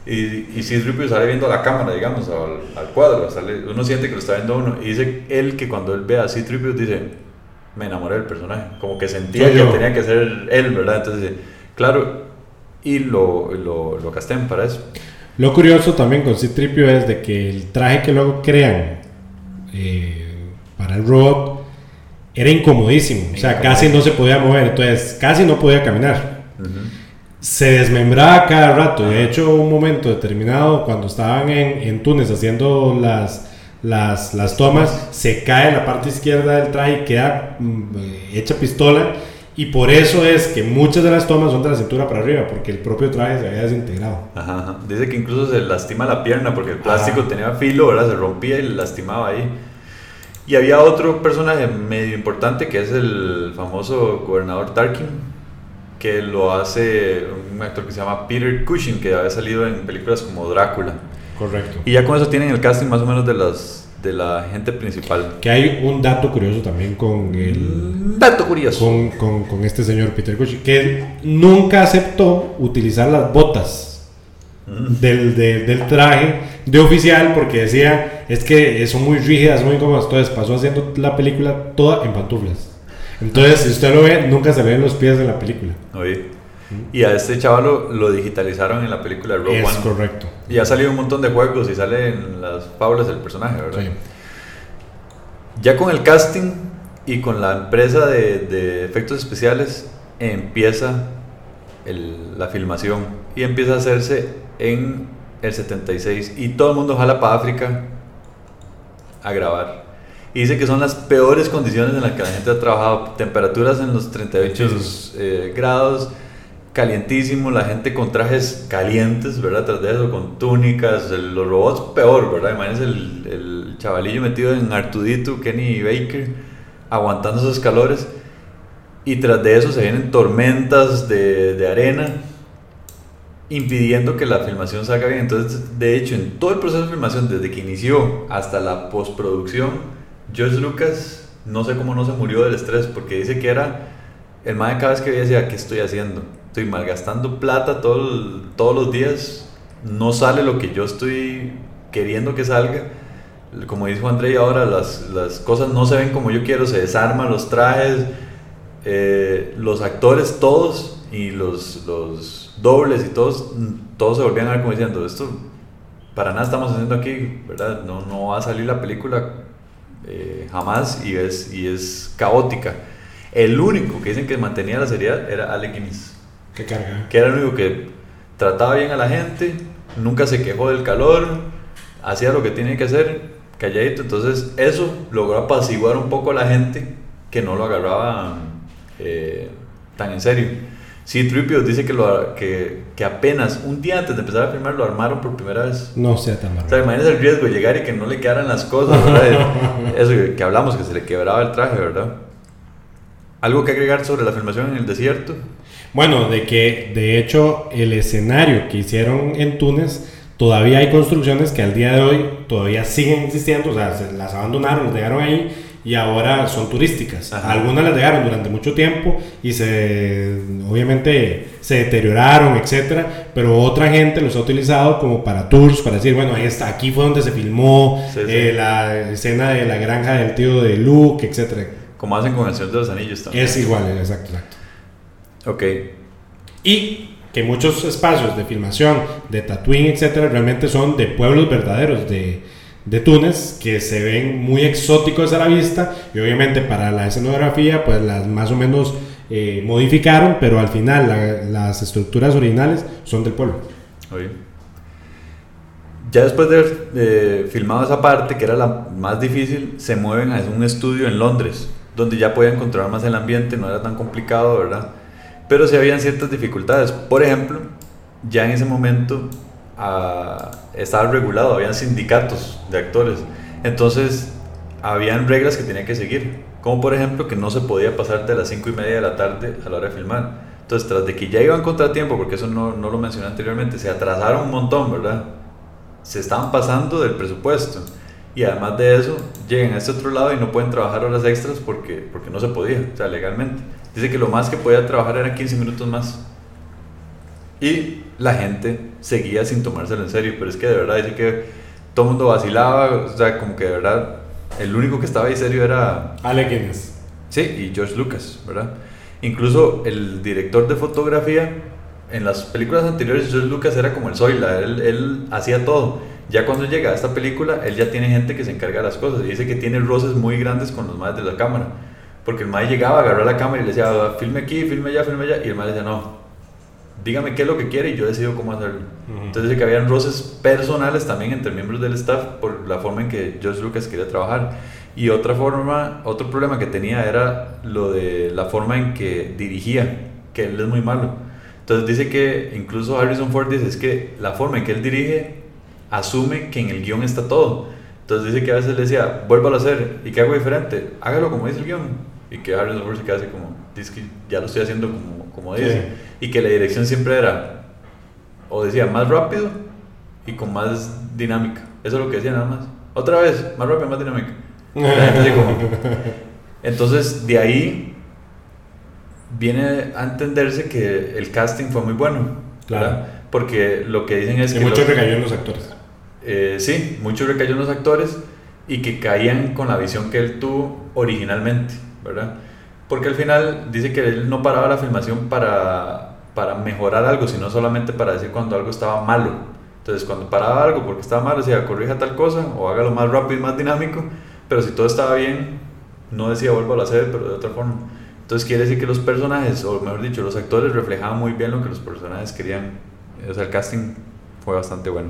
Y C-3PO sale viendo a la cámara, digamos, al cuadro. Uno siente que lo está viendo uno. Y dice él que cuando él ve a C-3PO dice, me enamoré del personaje. Como que sentía que tenía que ser él, ¿verdad? Entonces, claro, y lo castean para eso. Lo curioso también con C-3PO es de que el traje que luego crean para el robot era incomodísimo, o sea, casi no se podía mover, entonces casi no podía caminar. Se desmembraba cada rato. De hecho, un momento determinado, cuando estaban en Túnez haciendo las tomas, se cae la parte izquierda del traje y queda hecha pistola. Y por eso es que muchas de las tomas son de la cintura para arriba, porque el propio traje se había desintegrado. Ajá. Dice que incluso se lastima la pierna porque el plástico tenía filo, ¿verdad? Se rompía y le lastimaba ahí. Y había otro personaje medio importante que es el famoso gobernador Tarkin, que lo hace un actor que se llama Peter Cushing, que había salido en películas como Drácula. Correcto. Y ya con eso tienen el casting más o menos de la gente principal. Que hay un dato curioso también con el... Dato curioso. Con este señor Peter Cushing, que él nunca aceptó utilizar las botas del traje de oficial, porque decía, es que son muy rígidas, muy incómodas. Entonces pasó haciendo la película toda en pantuflas. Entonces, si usted lo ve, nunca se ven los pies en la película. Oye. Y a este chaval lo digitalizaron en la película Rogue One. Es correcto. Y ha salido un montón de juegos y sale en las fábulas del personaje, ¿verdad? Sí. Ya con el casting y con la empresa de efectos especiales empieza la filmación y empieza a hacerse en el 76 y todo el mundo jala para África a grabar. Y dice que son las peores condiciones en las que la gente ha trabajado, temperaturas en los 38 grados, calientísimo, la gente con trajes calientes, ¿verdad? Tras de eso, con túnicas, los robots peor, ¿verdad? Imagínense el chavalillo metido en R2-D2, Kenny Baker, aguantando esos calores, y tras de eso se vienen tormentas de arena, impidiendo que la filmación salga bien. Entonces, de hecho, en todo el proceso de filmación, desde que inició hasta la postproducción, George Lucas, no sé cómo no se murió del estrés, porque dice que era el man cada vez que veía decía, ¿qué estoy haciendo? Estoy malgastando plata todos los días, no sale lo que yo estoy queriendo que salga. Como dijo André ahora, las cosas no se ven como yo quiero, se desarman los trajes, los actores todos y los dobles y todos se volvían a ver como diciendo, esto para nada estamos haciendo aquí, ¿verdad? No va a salir la película jamás, y es caótica. El único que dicen que mantenía la seriedad era Alec Guinness. Qué carga. Que era el único que trataba bien a la gente, nunca se quejó del calor, hacía lo que tenía que hacer, calladito. Entonces eso logró apaciguar un poco a la gente que no lo agarraba tan en serio. C-3PO dice que apenas un día antes de empezar a filmar lo armaron por primera vez. No sea tan malo. O sea, imagínese el riesgo de llegar y que no le quedaran las cosas, ¿verdad? Eso que hablamos, que se le quebraba el traje, ¿verdad? ¿Algo que agregar sobre la filmación en el desierto? Bueno, de hecho el escenario que hicieron en Túnez, todavía hay construcciones que al día de hoy todavía siguen existiendo, o sea, se las abandonaron, las dejaron ahí y ahora son turísticas. Ajá. Algunas las dejaron durante mucho tiempo y obviamente se deterioraron, etcétera, pero otra gente los ha utilizado como para tours, para decir, bueno, ahí está, aquí fue donde se filmó la escena de la granja del tío de Luke, etcétera. Como hacen con el Señor de los Anillos también. Es igual, exacto. Ok. Y que muchos espacios de filmación de Tatooine, etcétera, realmente son de pueblos verdaderos de Túnez, que se ven muy exóticos a la vista, y obviamente para la escenografía pues las más o menos modificaron, pero al final las estructuras originales son del pueblo. Oye. Ya después de haber filmado esa parte, que era la más difícil, se mueven a un estudio en Londres, donde ya podían controlar más el ambiente, no era tan complicado, ¿verdad? Pero sí habían ciertas dificultades. Por ejemplo, ya en ese momento estaba regulado, habían sindicatos de actores, entonces habían reglas que tenía que seguir, como por ejemplo que no se podía pasar de las 5:30 de la tarde a la hora de filmar. Entonces, tras de que ya iban contratiempo, porque eso no lo mencioné anteriormente, se atrasaron un montón, ¿verdad? Se estaban pasando del presupuesto, y además de eso llegan a este otro lado y no pueden trabajar horas extras porque no se podía, o sea, legalmente. Dice que lo más que podía trabajar eran 15 minutos más. Y la gente seguía sin tomárselo en serio, pero es que de verdad dice que todo el mundo vacilaba, o sea, como que de verdad el único que estaba ahí serio era Alec Guinness. Sí, y George Lucas, ¿verdad? Incluso el director de fotografía, en las películas anteriores George Lucas era como el Zoila, él hacía todo. Ya cuando llega a esta película, él ya tiene gente que se encarga de las cosas, y dice que tiene roces muy grandes con los maes de la cámara, porque el mae llegaba, agarraba la cámara y le decía, filme aquí, filme allá, y el mae le decía, no, dígame qué es lo que quiere y yo decido cómo hacerlo. Entonces dice que habían roces personales también entre miembros del staff por la forma en que George Lucas quería trabajar. Y otro problema que tenía era lo de la forma en que dirigía, que él es muy malo. Entonces dice que incluso Harrison Ford dice, es que la forma en que él dirige asume que en el guión está todo. Entonces dice que a veces le decía, vuélvalo a hacer, ¿y qué hago diferente? Hágalo como dice el guión. Y que Harrison Ford se queda así como, dice que ya lo estoy haciendo como dice. Sí. Y que la dirección siempre era, o decía, más rápido y con más dinámica. Eso es lo que decía nada más. Otra vez, más rápido, más dinámica. Entonces de ahí viene a entenderse que el casting fue muy bueno, claro, ¿verdad? Porque lo que dicen es que mucho recayó en los actores. Sí, mucho recayó en los actores y que caían con la visión que él tuvo originalmente, ¿verdad? Porque al final dice que él no paraba la filmación para mejorar algo, sino solamente para decir cuando algo estaba malo. Entonces cuando paraba algo porque estaba malo, decía corrija tal cosa o hágalo más rápido y más dinámico. Pero si todo estaba bien, no decía vuelvo a hacer, pero de otra forma. Entonces quiere decir que los personajes, o mejor dicho, los actores reflejaban muy bien lo que los personajes querían. O sea, el casting fue bastante bueno.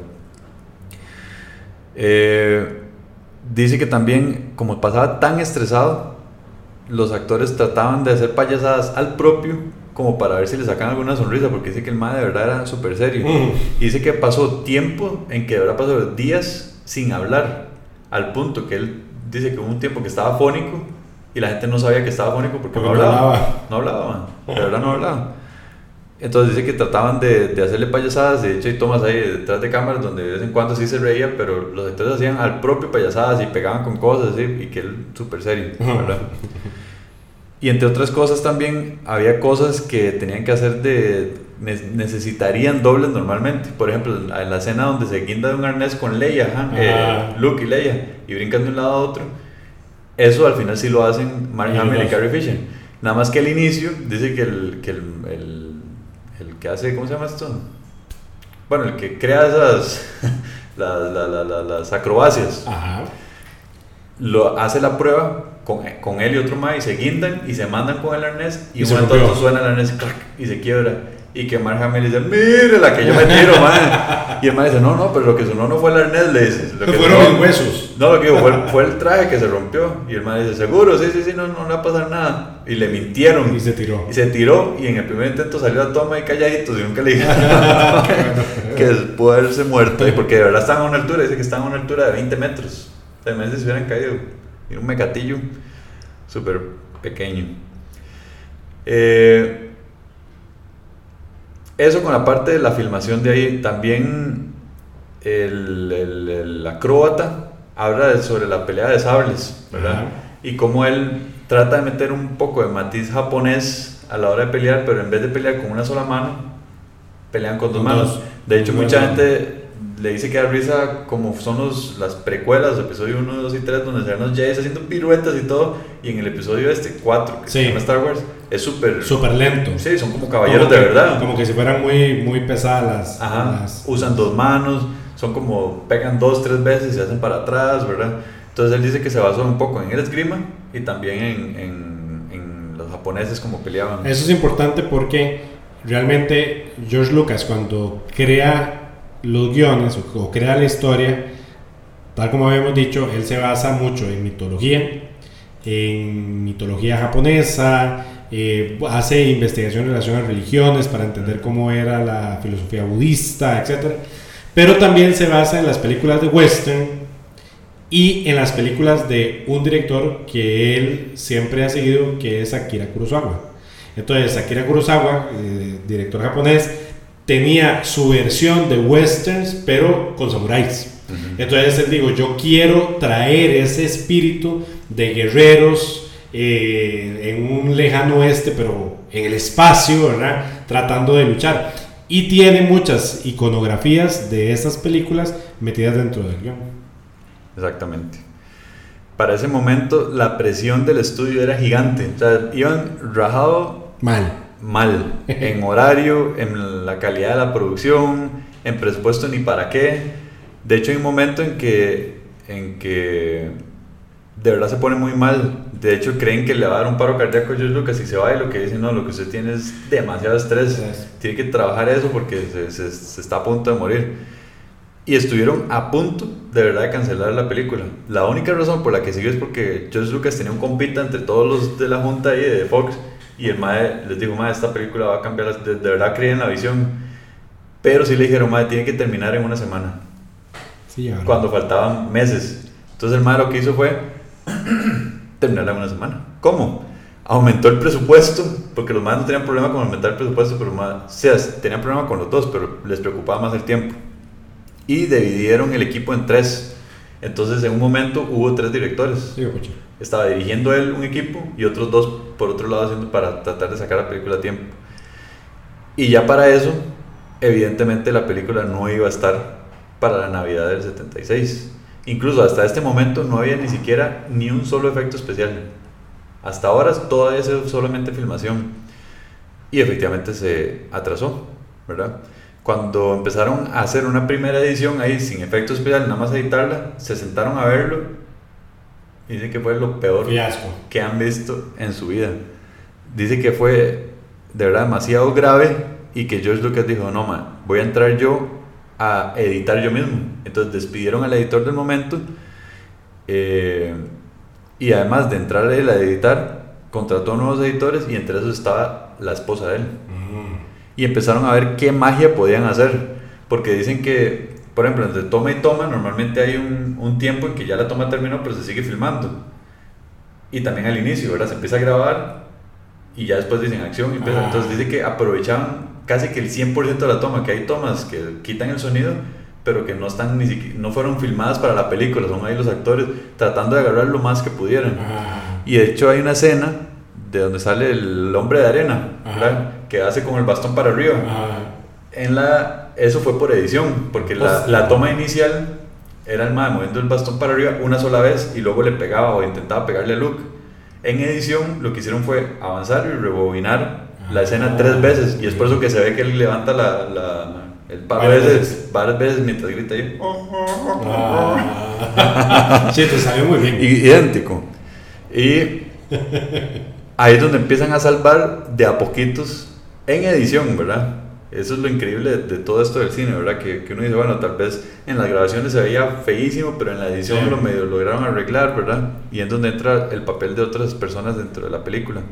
Dice que también, como pasaba tan estresado, los actores trataban de hacer payasadas al propio, como para ver si le sacan alguna sonrisa, porque dice que el man de verdad era súper serio. Y dice que pasó tiempo en que de verdad pasó días sin hablar, al punto que él dice que hubo un tiempo que estaba fónico y la gente no sabía que estaba fónico porque no hablaba, man. De verdad no hablaba. Entonces dice que trataban de hacerle payasadas, de hecho hay tomas ahí detrás de cámaras donde de vez en cuando sí se reía, pero los actores hacían al propio payasadas y pegaban con cosas así, y que él súper serio, ¿verdad? Y entre otras cosas también había cosas que tenían que hacer necesitarían dobles normalmente. Por ejemplo, en la escena donde se guinda de un arnés con Leia, Luke y Leia, y brincan de un lado a otro, eso al final sí lo hacen Mark Hamill y Carrie Fisher. Nada más que al inicio dice que el que hace, ¿cómo se llama esto? Bueno, el que crea esas las acrobacias. Ajá. Lo hace la prueba con él y otro más y se guindan y se mandan con el arnés y un momento suena el arnés ¡clac! Y se quiebra Y que Mark Hamill dice, mire la que yo me tiro, man. Y el man dice, no, pero lo que sonó no fue el arnés, le dice. Lo que fueron los huesos. No, lo que dijo fue el traje que se rompió. Y el man dice, seguro, sí, no va a pasar nada. Y le mintieron. Y se tiró. Y en el primer intento salió a toma y calladitos. Y nunca le dijeron que pudo haberse muerto. Y porque de verdad estaban a una altura, dice que estaban a una altura de 20 metros. O sea, se hubieran caído. Y un mecatillo súper pequeño. Eso con la parte de la filmación de ahí. También el acróbata habla sobre la pelea de sables, ¿verdad? Y cómo él trata de meter un poco de matiz japonés a la hora de pelear, pero en vez de pelear con una sola mano, pelean con dos manos. De hecho, mucha gente le dice que da risa como son las precuelas, episodio 1, 2 y 3, donde se ven los Jedi haciendo piruetas y todo, y en el episodio 4, que se llama Star Wars, es súper lento. Sí, son como caballeros de verdad. Como que si fueran muy pesadas las... Usan dos manos, son como pegan 2-3 veces y se hacen para atrás, ¿verdad? Entonces él dice que se basó un poco en el esgrima y también en los japoneses como peleaban. Eso es importante porque realmente George Lucas, cuando crea los guiones o crea la historia, tal como habíamos dicho, él se basa mucho en mitología japonesa, hace investigación en relación a religiones para entender cómo era la filosofía budista, etc. Pero también se basa en las películas de western y en las películas de un director que él siempre ha seguido, que es Akira Kurosawa. Entonces Akira Kurosawa, director japonés, tenía su versión de westerns pero con samuráis. Entonces él dijo, yo quiero traer ese espíritu de guerreros en un lejano oeste, pero en el espacio, ¿verdad? Tratando de luchar. Y tiene muchas iconografías de esas películas metidas dentro del guión. Exactamente. Para ese momento la presión del estudio era gigante. O sea, iban rajado mal en horario, en la calidad de la producción, en presupuesto ni para qué. De hecho hay un momento en que de verdad se pone muy mal. De hecho creen que le va a dar un paro cardíaco a George Lucas y se va, y lo que dicen, no, lo que usted tiene es demasiado estrés, tiene que trabajar eso porque se está a punto de morir. Y estuvieron a punto de verdad de cancelar la película. La única razón por la que siguió es porque George Lucas tenía un compita entre todos los de la junta ahí de Fox, y el mae les dijo, mae, esta película va a cambiar, de verdad creía en la visión, pero sí le dijeron, mae, tiene que terminar en una semana, cuando faltaban meses. Entonces el mae lo que hizo fue terminarla en una semana. ¿Cómo? Aumentó el presupuesto, porque los maes no tenían problema con aumentar el presupuesto, pero tenían problema con los dos, pero les preocupaba más el tiempo. Y dividieron el equipo en 3. Entonces en un momento hubo 3 directores. Estaba dirigiendo él un equipo y otros 2 por otro lado haciendo para tratar de sacar la película a tiempo. Y ya para eso, evidentemente la película no iba a estar para la Navidad del 76. Incluso hasta este momento no había ni siquiera ni un solo efecto especial. Hasta ahora todavía es solamente filmación. Y efectivamente se atrasó, ¿verdad? Cuando empezaron a hacer una primera edición ahí sin efecto especial, nada más editarla, se sentaron a verlo y dicen que fue lo peor que han visto en su vida. Dice que fue de verdad demasiado grave y que George Lucas dijo, no man, voy a entrar yo a editar yo mismo. Entonces despidieron al editor del momento, y además de entrar él a editar, contrató nuevos editores y entre esos estaba la esposa de él. Y empezaron a ver qué magia podían hacer, porque dicen que, por ejemplo, entre toma y toma normalmente hay un tiempo en que ya la toma terminó pero se sigue filmando, y también al inicio, ¿verdad? Se empieza a grabar y ya después dicen acción y empieza. Entonces dice que aprovechaban casi que el 100% de la toma, que hay tomas que quitan el sonido pero que no están ni siquiera, no fueron filmadas para la película, son ahí los actores tratando de agarrar lo más que pudieran. Y de hecho hay una escena de donde sale el hombre de arena, ¿verdad? Que hace con el bastón para arriba. Eso fue por edición, porque la toma inicial era el mae moviendo el bastón para arriba una sola vez y luego le pegaba o intentaba pegarle a Luke. En edición lo que hicieron fue avanzar y rebobinar la escena 3 veces, y es por eso que se ve que él levanta el varias veces mientras grita ahí. Sí, te salió muy bien. Idéntico. Y ahí es donde empiezan a salvar de a poquitos en edición, ¿verdad? Eso es lo increíble de todo esto del cine, ¿verdad? Que uno dice, bueno, tal vez en las grabaciones se veía feísimo, pero en la edición lo medio lograron arreglar, ¿verdad? Y es donde entra el papel de otras personas dentro de la película.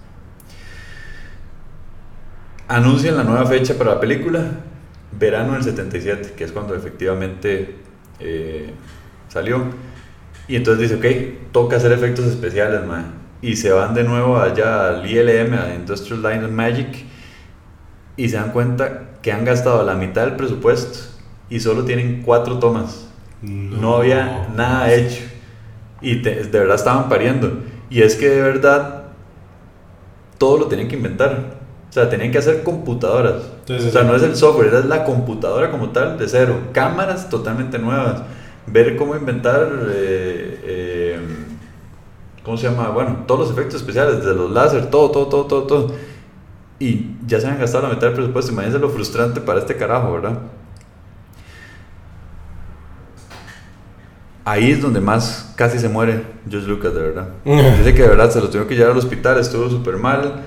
Anuncian la nueva fecha para la película, verano del 77, que es cuando efectivamente salió. Y entonces dice, ok, toca hacer efectos especiales, man. Y se van de nuevo allá al ILM, a Industrial Light and Magic, y se dan cuenta que han gastado la mitad del presupuesto y solo tienen 4 tomas. No había nada hecho. Y de verdad estaban pariendo. Y es que de verdad todo lo tenían que inventar. O sea, tenían que hacer computadoras. Entonces, o sea, no es el software, es la computadora como tal, de cero. Cámaras totalmente nuevas. Ver cómo inventar, ¿cómo se llama? Bueno, todos los efectos especiales, desde los láser, todo. Y ya se han gastado la mitad del presupuesto. Imagínense lo frustrante para este carajo, ¿verdad? Ahí es donde más casi se muere George Lucas, de verdad. Dice que de verdad se lo tuvieron que llevar al hospital, estuvo súper mal.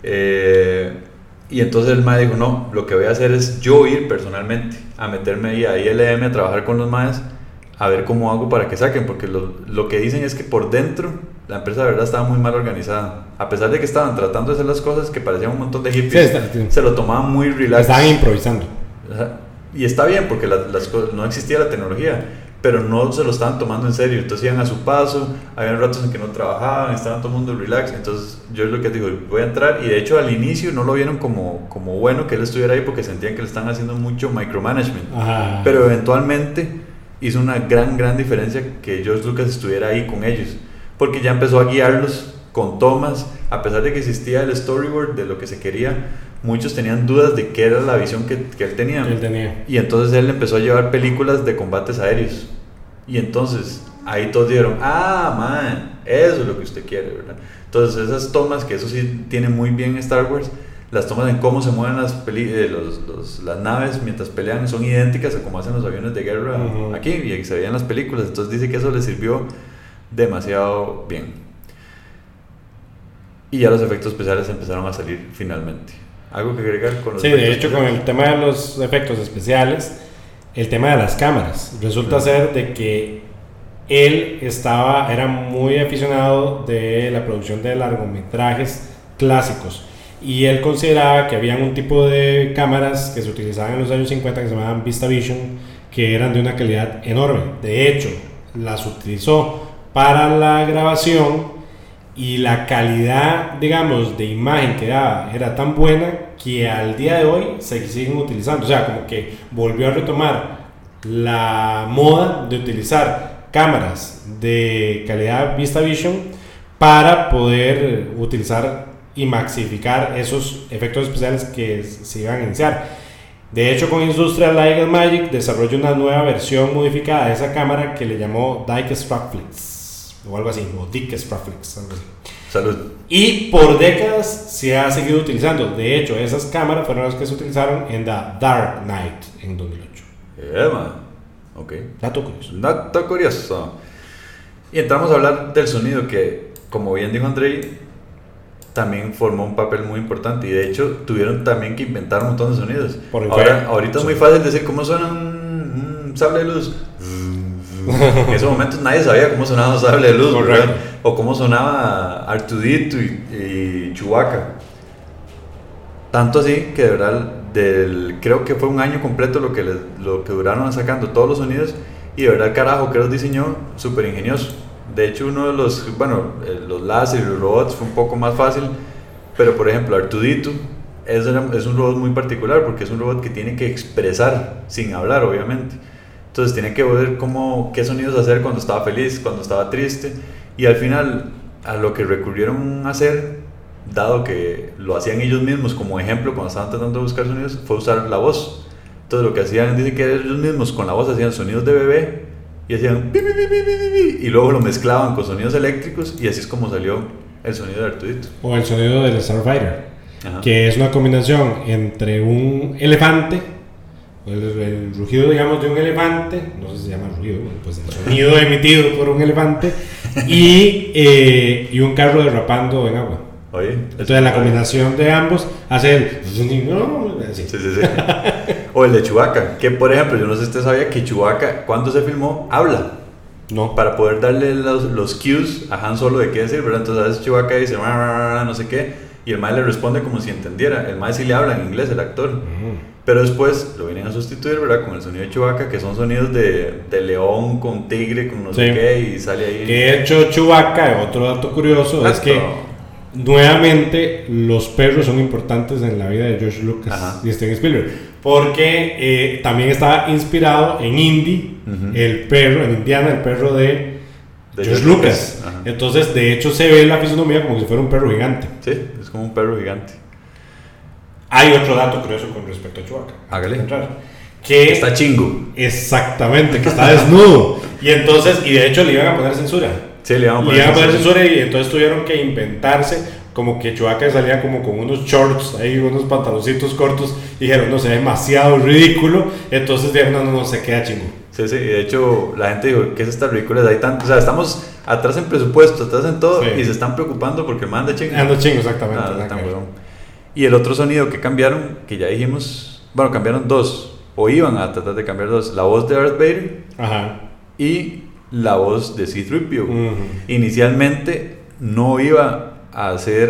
Y entonces el mae dijo, no, lo que voy a hacer es yo ir personalmente a meterme ahí a ILM a trabajar con los maes, a ver cómo hago para que saquen, porque lo que dicen es que por dentro la empresa de verdad estaba muy mal organizada. A pesar de que estaban tratando de hacer las cosas que parecían un montón de hippies, se lo tomaban muy relax. Estaban improvisando. Y está bien, porque las cosas, no existía la tecnología, pero no se lo estaban tomando en serio. Entonces iban a su paso, había ratos en que no trabajaban, estaban todo el mundo relax. Entonces yo es lo que digo, voy a entrar. Y de hecho al inicio no lo vieron como bueno que él estuviera ahí, porque sentían que le estaban haciendo mucho micromanagement. Ajá. Pero eventualmente hizo una gran diferencia que George Lucas estuviera ahí con ellos, porque ya empezó a guiarlos con tomas. A pesar de que existía el storyboard de lo que se quería, muchos tenían dudas de qué era la visión que él tenía. Y entonces él empezó a llevar películas de combates aéreos. Y entonces ahí todos dijeron, man, eso es lo que usted quiere, ¿verdad? Entonces esas tomas, que eso sí tiene muy bien Star Wars, las tomas en cómo se mueven las naves mientras pelean son idénticas a como hacen los aviones de guerra aquí, y se veían en las películas. Entonces dice que eso le sirvió demasiado bien. Y ya los efectos especiales empezaron a salir finalmente. ¿Algo que agregar con los efectos? De hecho, con el tema de los efectos especiales, el tema de las cámaras, resulta ser de que él era muy aficionado de la producción de largometrajes clásicos, y él consideraba que había un tipo de cámaras que se utilizaban en los años 50 que se llamaban VistaVision, que eran de una calidad enorme. De hecho, las utilizó para la grabación, y la calidad, digamos, de imagen que daba era tan buena que al día de hoy se siguen utilizando. O sea, como que volvió a retomar la moda de utilizar cámaras de calidad VistaVision para poder utilizar y maxificar esos efectos especiales que se iban a iniciar. De hecho, con Industrial Light and Magic desarrolló una nueva versión modificada de esa cámara que le llamó Dick Spraflix o algo así, o Dick Spraflix, algo así. Salud. Y por décadas se ha seguido utilizando. De hecho, esas cámaras fueron las que se utilizaron en The Dark Knight en 2008. Ok. Dato curioso. Y entramos a hablar del sonido, que, como bien dijo Andrei, también formó un papel muy importante. Y de hecho, tuvieron también que inventar un montón de sonidos. Ahorita es muy fácil decir cómo suena un sable de luz. En esos momentos nadie sabía cómo sonaba un sable de luz, ¿verdad? O cómo sonaba Artudito y Chewbacca. Tanto así que de verdad creo que fue un año completo lo que duraron sacando todos los sonidos. Y de verdad el carajo que los diseñó, súper ingenioso. De hecho uno de los láser y los robots fue un poco más fácil. Pero por ejemplo Artudito es un robot muy particular, porque es un robot que tiene que expresar sin hablar, obviamente. Entonces tiene que ver qué sonidos hacer cuando estaba feliz, cuando estaba triste. Y al final, a lo que recurrieron a hacer, dado que lo hacían ellos mismos como ejemplo cuando estaban tratando de buscar sonidos, fue usar la voz. Entonces lo que hacían, dicen que ellos mismos con la voz hacían sonidos de bebé y hacían pi, pi, pi, pi, pi, pi, y luego lo mezclaban con sonidos eléctricos, y así es como salió el sonido de Artudito. O el sonido del Starfighter, que es una combinación entre un elefante, el rugido, digamos, de un elefante, no sé si se llama rugido, pues el sonido emitido por un elefante, y un carro derrapando en agua. Oye. Entonces la combinación de ambos hace el... Sí. O el de Chewbacca, que por ejemplo, yo no sé si usted sabía que Chewbacca, cuando se filmó, habla. No. Para poder darle los cues a Han Solo de qué decir, ¿verdad? Entonces a veces Chewbacca dice, no sé qué, y el mae le responde como si entendiera. El mae sí le habla en inglés, el actor. Pero después lo vienen a sustituir, ¿verdad? Con el sonido de Chewbacca, que son sonidos de león con tigre, con no sé qué, y sale ahí. Que de hecho Chewbacca, otro dato curioso, es que nuevamente los perros son importantes en la vida de George Lucas y Steven Spielberg, porque también estaba inspirado en Indy, el perro, en Indiana, el perro de George Lucas. Entonces, de hecho, se ve la fisonomía como si fuera un perro gigante. Sí, es como un perro gigante. Hay otro dato curioso con respecto a Chewbacca. Hágale. Que está chingo. Exactamente, que está desnudo. Y entonces, y de hecho le iban a poner censura. Sí, le iban a poner censura y entonces tuvieron que inventarse como que Chewbacca salía como con unos shorts, ahí unos pantaloncitos cortos, y dijeron, no, se ve demasiado ridículo, entonces dijeron, no, se queda chingo. Sí, y de hecho la gente dijo, ¿qué es esta ridícula? Hay tanto, o sea, estamos atrás en presupuesto, atrás en todo, y se están preocupando porque el man anda chingo. Anda chingo, exactamente. Y el otro sonido que cambiaron, que ya dijimos, bueno, cambiaron dos, o iban a tratar de cambiar dos, la voz de Darth Vader y la voz de C-3PO. Inicialmente no iba a ser,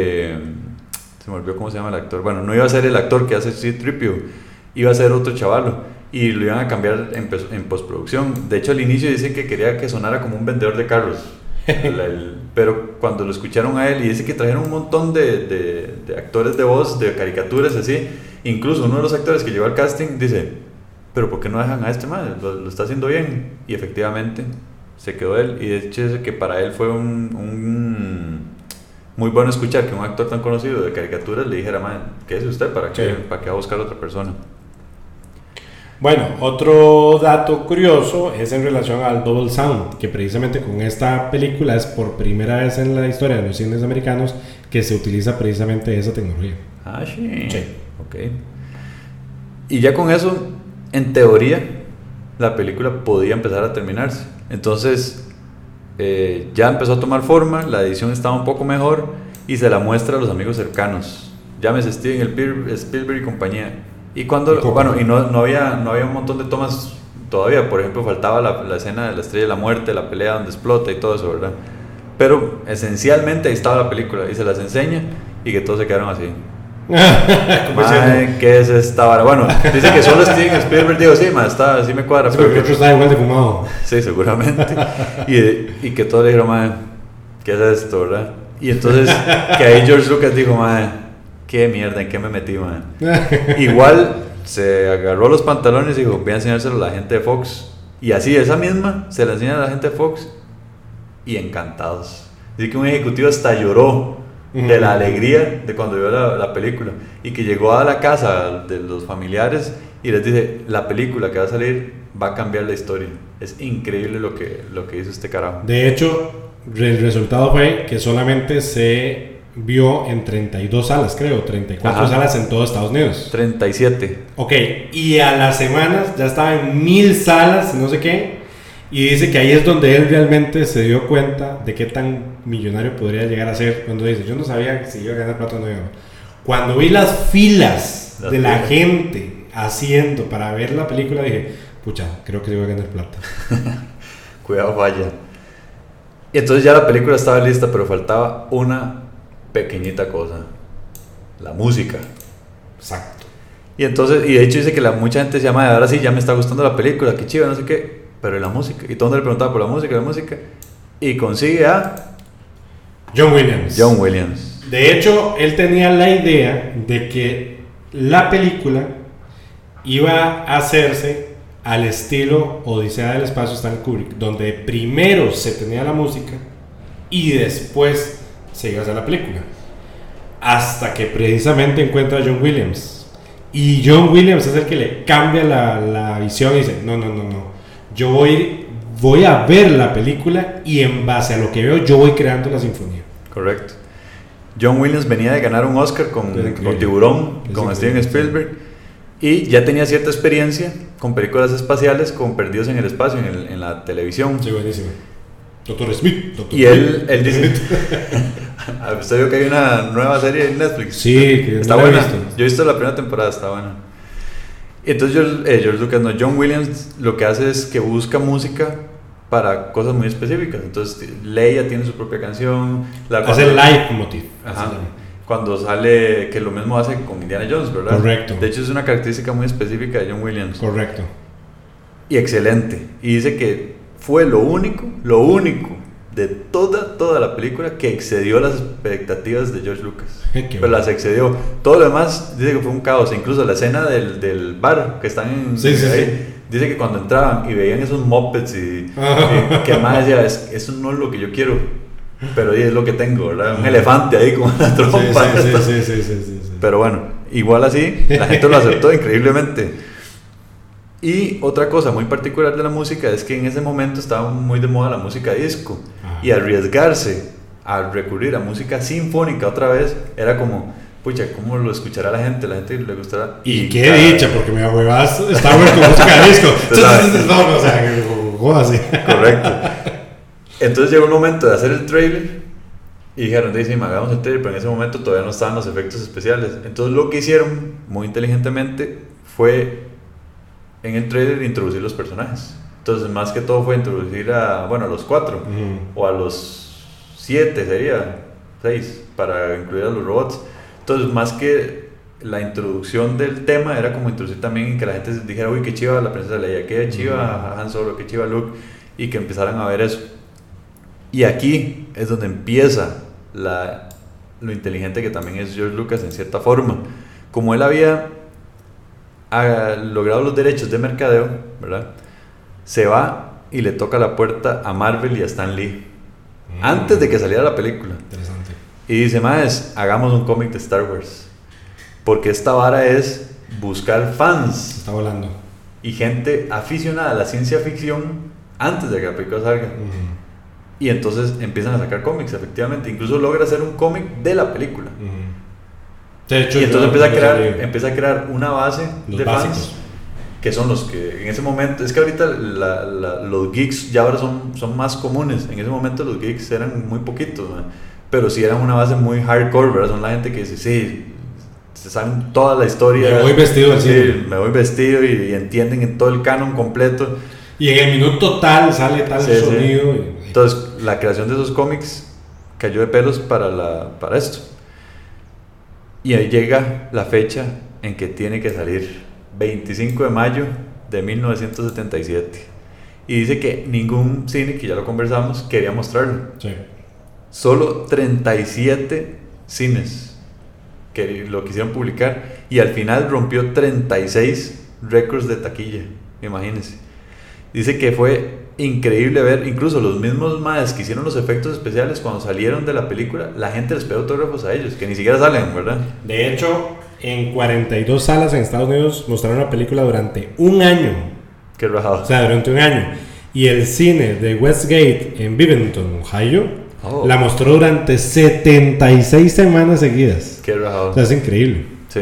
se me olvidó cómo se llama el actor, bueno, no iba a ser el actor que hace C-3PO, iba a ser otro chavalo, y lo iban a cambiar en postproducción. De hecho, al inicio dicen que quería que sonara como un vendedor de carros. Pero cuando lo escucharon a él, y dice que trajeron un montón de actores de voz, de caricaturas así, incluso uno de los actores que llegó al casting dice, pero ¿por qué no dejan a este man? Lo está haciendo bien. Y efectivamente se quedó él, y de hecho dice que para él fue un muy bueno escuchar que un actor tan conocido de caricaturas le dijera, man, ¿qué es usted? ¿Para qué va a buscar a otra persona? Bueno, otro dato curioso es en relación al Double Sound, que precisamente con esta película es por primera vez en la historia de los cines americanos que se utiliza precisamente esa tecnología. Sí. Ok. Y ya con eso, en teoría, la película podía empezar a terminarse. Entonces, ya empezó a tomar forma, la edición estaba un poco mejor y se la muestra a los amigos cercanos. Llámese Steven Spielberg y compañía. Y cuando, y no había un montón de tomas todavía, por ejemplo, faltaba la escena de la Estrella de la Muerte, la pelea donde explota y todo eso, ¿verdad? Pero esencialmente ahí estaba la película y se las enseña y que todos se quedaron así. ¿Qué es esta vara? Bueno, dice que solo Steven Spielberg dijo, sí, sí me cuadra. Sí, pero que otro estaba igual de fumado. Sí, seguramente. Y que todos le dijeron, ¿qué es esto, verdad? Y entonces, que ahí George Lucas dijo, qué mierda, ¿en qué me metí, man? Igual se agarró los pantalones y dijo, voy a enseñárselo a la gente de Fox. Y así, esa misma, se la enseñan a la gente de Fox y encantados. Así que un ejecutivo hasta lloró de la alegría de cuando vio la película. Y que llegó a la casa de los familiares y les dice, la película que va a salir va a cambiar la historia. Es increíble lo que hizo este carajo. De hecho, el resultado fue que solamente se vio en 32 salas, creo, 34 salas en todo Estados Unidos. 37. Ok, y a las semanas ya estaba en 1000 salas, no sé qué, y dice que ahí es donde él realmente se dio cuenta de qué tan millonario podría llegar a ser, cuando dice, yo no sabía si iba a ganar plata o no iba. Cuando vi las filas de la gente haciendo para ver la película, dije, pucha, creo que iba a ganar plata. Cuidado, vaya. Y entonces ya la película estaba lista, pero faltaba una pequeñita cosa, la música. Exacto. Y entonces, y de hecho dice que mucha gente se llama, ahora sí ya me está gustando la película, qué chiva, no sé qué, pero ¿y la música? Y todo el mundo le preguntaba por la música, y consigue a John Williams. De hecho, él tenía la idea de que la película iba a hacerse al estilo Odisea del Espacio Stanley Kubrick, donde primero se tenía la música y después se iba a hacer la película, hasta que precisamente encuentra a John Williams, y John Williams es el que le cambia la visión y dice, no, yo voy a ver la película y en base a lo que veo yo voy creando la sinfonía. Correcto. John Williams venía de ganar un Oscar con Tiburón, con Steven Spielberg, y ya tenía cierta experiencia con películas espaciales, con Perdidos en el Espacio en la televisión. Sí, buenísimo. Dr. Smith. Y él dice, ¿Usted vio que hay una nueva serie en Netflix? Sí, que está no la he buena. visto. Yo he visto la primera temporada, está buena. Entonces George Lucas, no, John Williams lo que hace es que busca música para cosas muy específicas. Entonces Leia tiene su propia canción. Hace el leitmotiv. Ajá. Cuando sale, que lo mismo hace con Indiana Jones, ¿verdad? Correcto. De hecho es una característica muy específica de John Williams. Correcto. Y excelente. Y dice que fue lo único de toda la película que excedió las expectativas de George Lucas. Pero las excedió. Todo lo demás dice que fue un caos. Incluso la escena del bar que están en sí. Dice que cuando entraban y veían esos mopeds y que más decía, eso no es lo que yo quiero, pero es lo que tengo, ¿verdad? Un elefante ahí con una trompa. Sí. Pero bueno, igual así, la gente lo aceptó increíblemente. Y otra cosa muy particular de la música es que en ese momento estaba muy de moda la música disco. Y arriesgarse a recurrir a música sinfónica otra vez era como, pucha, ¿cómo lo escuchará la gente? La gente le gustará. Y qué dicha, porque me huevas Star Wars con música disco. No, o sea, así. Correcto. Entonces llegó un momento de hacer el trailer y dijeron, hagamos el trailer, pero en ese momento todavía no estaban los efectos especiales. Entonces lo que hicieron muy inteligentemente fue en el trailer introducir los personajes. Entonces más que todo fue introducir a los 4 o a los 7 sería 6 para incluir a los robots. Entonces más que la introducción del tema era como introducir también que la gente dijera, uy, qué chiva la princesa Leia, qué chiva Han Solo, qué chiva Luke, y que empezaran a ver eso. Y aquí es donde empieza lo inteligente que también es George Lucas en cierta forma. Como él había logrado los derechos de mercadeo, ¿verdad? Se va y le toca la puerta a Marvel y a Stan Lee antes de que saliera la película. Interesante. Y dice, maes, hagamos un cómic de Star Wars, porque esta vara es buscar fans. Está volando. Y gente aficionada a la ciencia ficción antes de que la película salga. Y entonces empiezan a sacar cómics, efectivamente. Incluso logra hacer un cómic de la película. De hecho, y entonces empieza a crear una base de fans, que son los que en ese momento, es que ahorita los geeks ya ahora son más comunes. En ese momento los geeks eran muy poquitos, ¿no? Pero sí eran una base muy hardcore, ¿verdad? Son la gente que dice, sí, se saben toda la historia. Me voy vestido así. Sí, me voy vestido y entienden en todo el canon completo. Y en el minuto tal sale tal sonido. Sí. Entonces, la creación de esos cómics cayó de pelos para esto. Y ahí llega la fecha en que tiene que salir, 25 de mayo de 1977. Y dice que ningún cine, que ya lo conversamos, quería mostrarlo. Sí. Solo 37 cines que lo quisieron publicar, y al final rompió 36 récords de taquilla, imagínense. Dice que fue increíble ver, incluso los mismos maes que hicieron los efectos especiales, cuando salieron de la película, la gente les pidió autógrafos a ellos, que ni siquiera salen, ¿verdad? De hecho, en 42 salas en Estados Unidos mostraron la película durante un año. Qué rajado. O sea, durante un año. Y el cine de Westgate en Binghamton, Ohio, la mostró durante 76 semanas seguidas. Qué rajado. O sea, es increíble. Sí.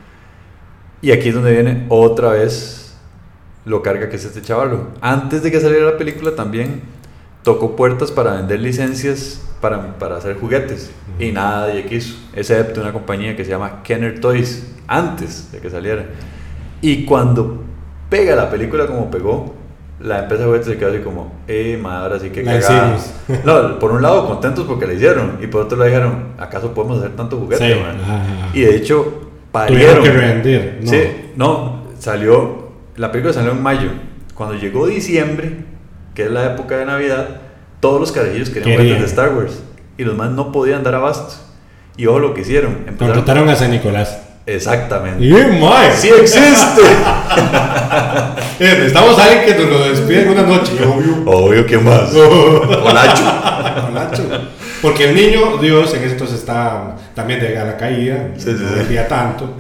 Y aquí es donde viene otra vez lo carga que es este chavalo. Antes de que saliera la película también tocó puertas para vender licencias para hacer juguetes. Y nadie quiso, excepto una compañía que se llama Kenner Toys, antes de que saliera. Y cuando pega la película como pegó, la empresa de juguetes se quedó así como, madre, ahora sí que cagada. No, por un lado contentos porque la hicieron, y por otro lado dijeron, ¿acaso podemos hacer tanto juguete? Sí. Y de hecho tuvieron que rendir. No. Sí, no, la película salió en mayo. Cuando llegó diciembre, que es la época de Navidad, todos los carajillos querían juguetes de Star Wars, y los más no podían dar abasto. Y ojo lo que hicieron, contrataron a San Nicolás. Exactamente. ¡Sí existe! Necesitamos a alguien que nos lo despide en una noche. Obvio, ¿quién más? O Nacho. Porque el niño Dios en esto está también de la caída. No vendía tanto.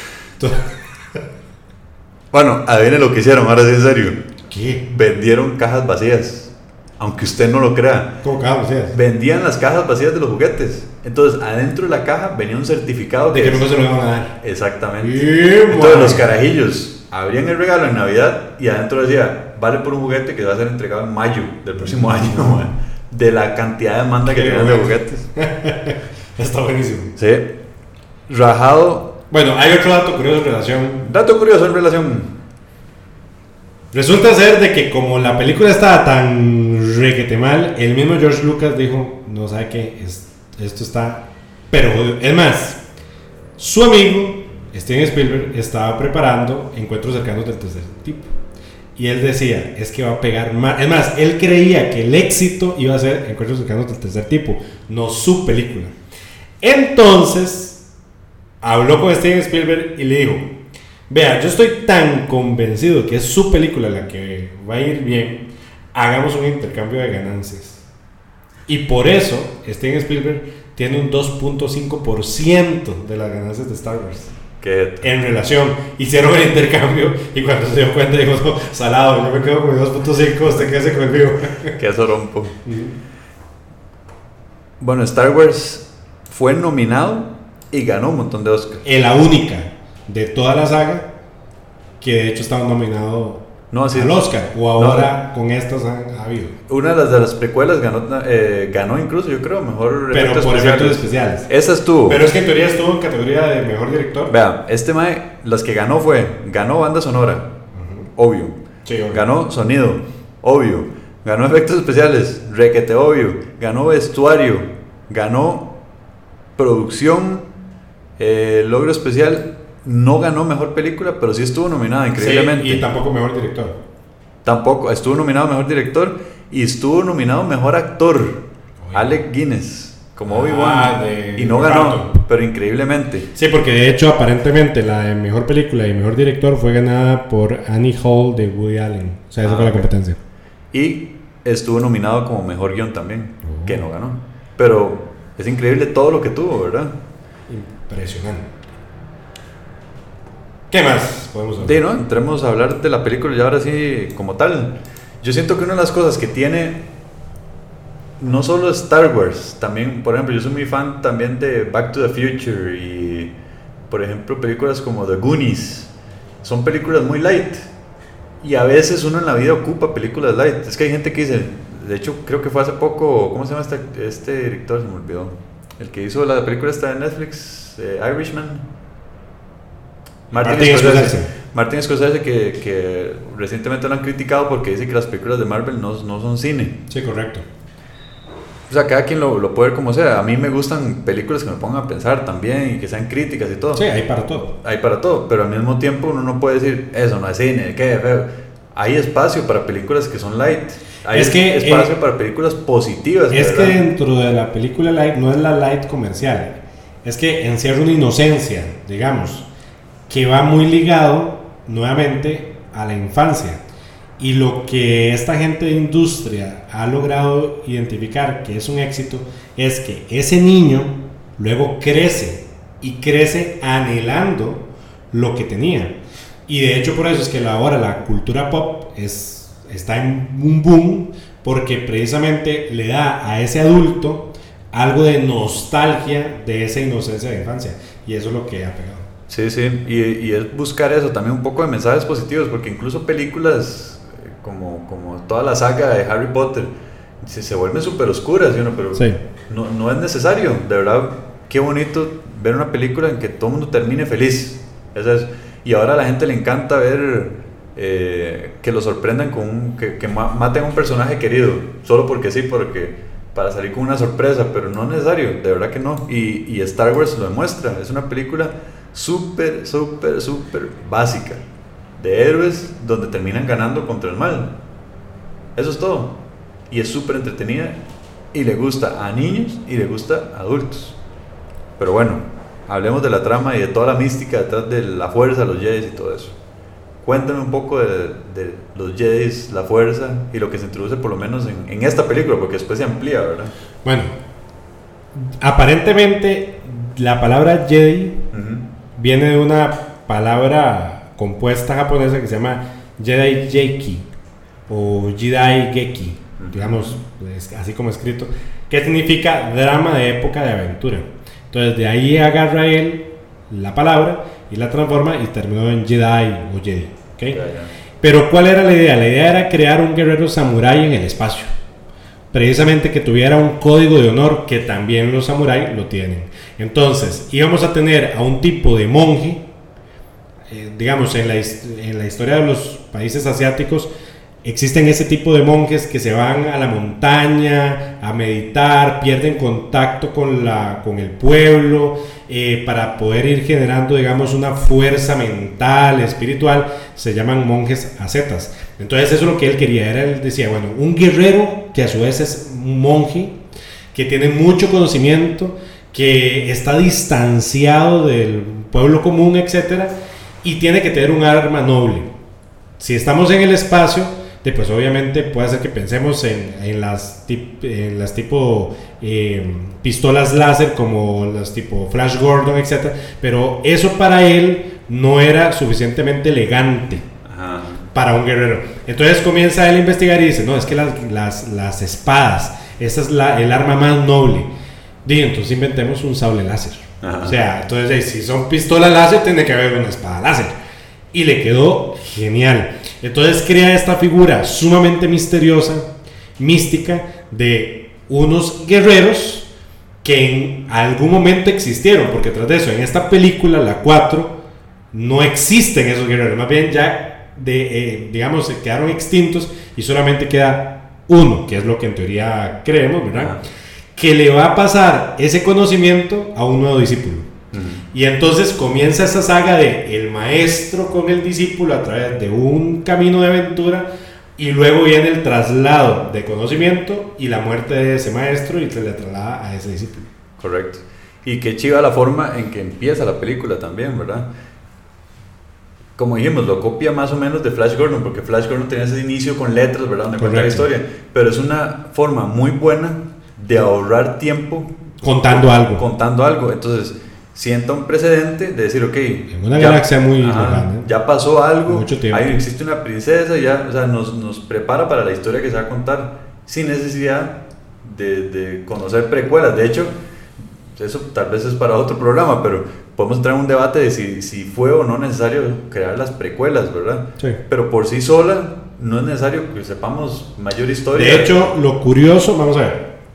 Bueno, adivinen lo que hicieron, ahora sí en serio. ¿Qué? Vendieron cajas vacías. Aunque usted no lo crea. ¿Cómo cajas vacías? Vendían las cajas vacías de los juguetes. Entonces, adentro de la caja venía un certificado de que no se lo iban a dar. Exactamente. Entonces, los carajillos abrían el regalo en Navidad y adentro decía, vale por un juguete que va a ser entregado en mayo del próximo año, de la cantidad de demanda que tenían de juguetes. Está buenísimo. Sí. Rajado. Bueno, hay otro dato curioso en relación. Dato curioso en relación. Resulta ser de que como la película estaba tan requete mal, el mismo George Lucas dijo, no sabe qué, esto está, pero jodido. Es más, su amigo Steven Spielberg estaba preparando Encuentros cercanos del tercer tipo. Y él decía, es que va a pegar más. Es más, él creía que el éxito iba a ser Encuentros cercanos del tercer tipo, no su película. Entonces, habló con Steven Spielberg y le dijo, vea, yo estoy tan convencido que es su película la que va a ir bien, hagamos un intercambio de ganancias. Y por eso, Steven Spielberg tiene un 2.5% de las ganancias de Star Wars. ¿Qué? En relación, hicieron el intercambio y cuando se dio cuenta dijo, no, salado, yo me quedo con mi 2.5, usted quédese con el mío. Qué sorompo. Bueno, Star Wars fue nominado y ganó un montón de Oscars. Es la única de toda la saga que de hecho estaba nominado al Oscar, o ahora con estas ha habido. Una de las precuelas ganó incluso, yo creo, mejor pero por efectos especiales. Esa estuvo. Pero es que en teoría estuvo en categoría de mejor director. Vea, este mae, las que ganó banda sonora, obvio. Sí, obvio. Ganó sonido, obvio. Ganó efectos especiales, requete obvio. Ganó vestuario, ganó producción, logro especial. No ganó mejor película, pero sí estuvo nominada increíblemente. Sí, y tampoco mejor director. Tampoco, estuvo nominado mejor director y estuvo nominado mejor actor. Oye. Alec Guinness, como Obi-Wan. Y no ganó, pero increíblemente. Sí, porque de hecho, aparentemente, la de mejor película y mejor director fue ganada por Annie Hall de Woody Allen. O sea, esa fue la competencia. Y estuvo nominado como mejor guión también, que no ganó. Pero es increíble todo lo que tuvo, ¿verdad? Impresionante. ¿Qué más podemos hablar? Sí, ¿no? Entremos a hablar de la película ya ahora sí como tal. Yo siento que una de las cosas que tiene no solo Star Wars, también, por ejemplo, yo soy muy fan también de Back to the Future y, por ejemplo, películas como The Goonies. Son películas muy light y a veces uno en la vida ocupa películas light. Es que hay gente que dice, de hecho creo que fue hace poco, ¿cómo se llama este director? Se me olvidó. El que hizo la película esta de Netflix, Irishman. Martin Scorsese, que recientemente lo han criticado porque dice que las películas de Marvel no son cine. Sí, correcto. O sea, cada quien lo puede ver como sea. A mí me gustan películas que me pongan a pensar también y que sean críticas y todo. Sí, hay para todo. Hay para todo, pero al mismo tiempo uno no puede decir, eso no es cine, qué feo. Hay espacio para películas que son light. Hay espacio para películas positivas. Es que dentro de la película light no es la light comercial. Es que encierra una inocencia, digamos, que va muy ligado nuevamente a la infancia. Y lo que esta gente de industria ha logrado identificar que es un éxito es que ese niño luego crece y crece anhelando lo que tenía. Y de hecho por eso es que ahora la cultura pop está en un boom, porque precisamente le da a ese adulto algo de nostalgia de esa inocencia de infancia. Y eso es lo que ha pegado. Sí, y es buscar eso, también un poco de mensajes positivos, porque incluso películas como toda la saga de Harry Potter se vuelven súper oscuras, ¿sí? Pero sí. No es necesario, de verdad, qué bonito ver una película en que todo el mundo termine feliz. Y ahora a la gente le encanta ver que lo sorprendan que maten a un personaje querido, solo porque sí, para salir con una sorpresa, pero no es necesario, de verdad que no. Y Star Wars lo demuestra, es una película súper básica de héroes donde terminan ganando contra el mal. Eso es todo. Y es súper entretenida y le gusta a niños y le gusta a adultos. Pero bueno, hablemos de la trama y de toda la mística detrás de la fuerza, los Jedi y todo eso. Cuéntame un poco de los Jedi, la fuerza y lo que se introduce por lo menos en esta película, porque después se amplía, ¿verdad? Bueno, aparentemente la palabra Jedi viene de una palabra compuesta japonesa que se llama Jedi Geiki o Jedi Geki, digamos, así como escrito, que significa drama de época de aventura. Entonces de ahí agarra él la palabra y la transforma y terminó en Jedi o Jedi, ¿okay? Ya. Pero ¿cuál era la idea? La idea era crear un guerrero samurái en el espacio. precisamente que tuviera un código de honor que también los samuráis lo tienen. Entonces íbamos a tener a un tipo de monje, digamos en la historia de los países asiáticos existen ese tipo de monjes que se van a la montaña a meditar, pierden contacto con el pueblo, para poder ir generando, digamos, una fuerza mental, espiritual. Se llaman monjes ascetas. Entonces eso es lo que él quería, él decía, bueno, un guerrero que a su vez es un monje, que tiene mucho conocimiento, que está distanciado del pueblo común, etcétera, y tiene que tener un arma noble. Si estamos en el espacio, pues obviamente puede ser que pensemos en las tipo pistolas láser, como las tipo Flash Gordon, etc. Pero eso para él no era suficientemente elegante. Ajá. Para un guerrero. Entonces comienza él a investigar y dice, no, es que las espadas, esa es el arma más noble. Y entonces inventemos un sable láser. Ajá. O sea, entonces si son pistolas láser, tiene que haber una espada láser. Y le quedó genial. Entonces crea esta figura sumamente misteriosa, mística, de unos guerreros que en algún momento existieron, porque tras de eso, en esta película, la 4, no existen esos guerreros, más bien ya digamos, se quedaron extintos y solamente queda uno, que es lo que en teoría creemos, ¿verdad? Que le va a pasar ese conocimiento a un nuevo discípulo. Y entonces comienza esa saga de el maestro con el discípulo a través de un camino de aventura, y luego viene el traslado de conocimiento y la muerte de ese maestro y se le traslada a ese discípulo. Correcto. Y qué chiva la forma en que empieza la película también, ¿verdad? Como dijimos, lo copia más o menos de Flash Gordon, porque Flash Gordon tenía ese inicio con letras, ¿verdad? Donde cuenta la historia, pero es una forma muy buena de ahorrar tiempo contando algo. Entonces sienta un precedente de decir, ok, en una galaxia muy lejana, ya pasó algo, mucho tiempo. Ahí existe una princesa, ya, o sea, nos prepara para la historia que se va a contar sin necesidad de conocer precuelas. De hecho, eso tal vez es para otro programa, pero podemos entrar en un debate de si fue o no necesario crear las precuelas, ¿verdad? Sí. Pero por sí sola no es necesario que sepamos mayor historia. De hecho, lo curioso, vamos a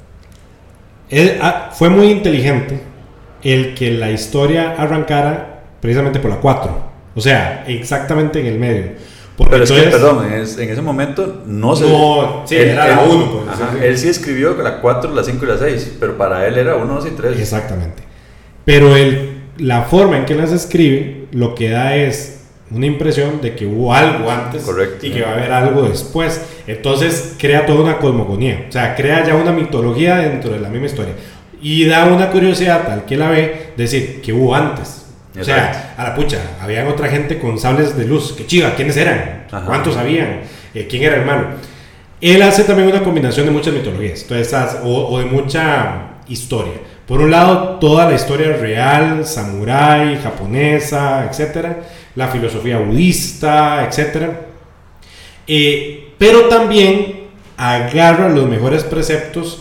ver, fue muy inteligente el que la historia arrancara precisamente por la 4, o sea, exactamente en el medio. Porque pero entonces, es que, perdón, en ese momento no se... No, sí, era la 1. Él sí escribió la 4, la 5 y la 6, pero para él era 1, 2 y 3. Exactamente. Pero la forma en que las escribe, lo que da es una impresión de que hubo algo antes. Correcto, y que va a haber algo después. Entonces crea toda una cosmogonía, o sea, crea ya una mitología dentro de la misma historia. Y da una curiosidad al que la ve, decir que hubo antes. Exacto. O sea, a la pucha, había otra gente con sables de luz. ¡Qué chiva! ¿Quiénes eran? Ajá. ¿Cuántos habían? ¿Quién era el malo? Él hace también una combinación de muchas mitologías, entonces, o de mucha historia. Por un lado, toda la historia real, samurái, japonesa, etcétera, la filosofía budista, etcétera. Pero también agarra los mejores preceptos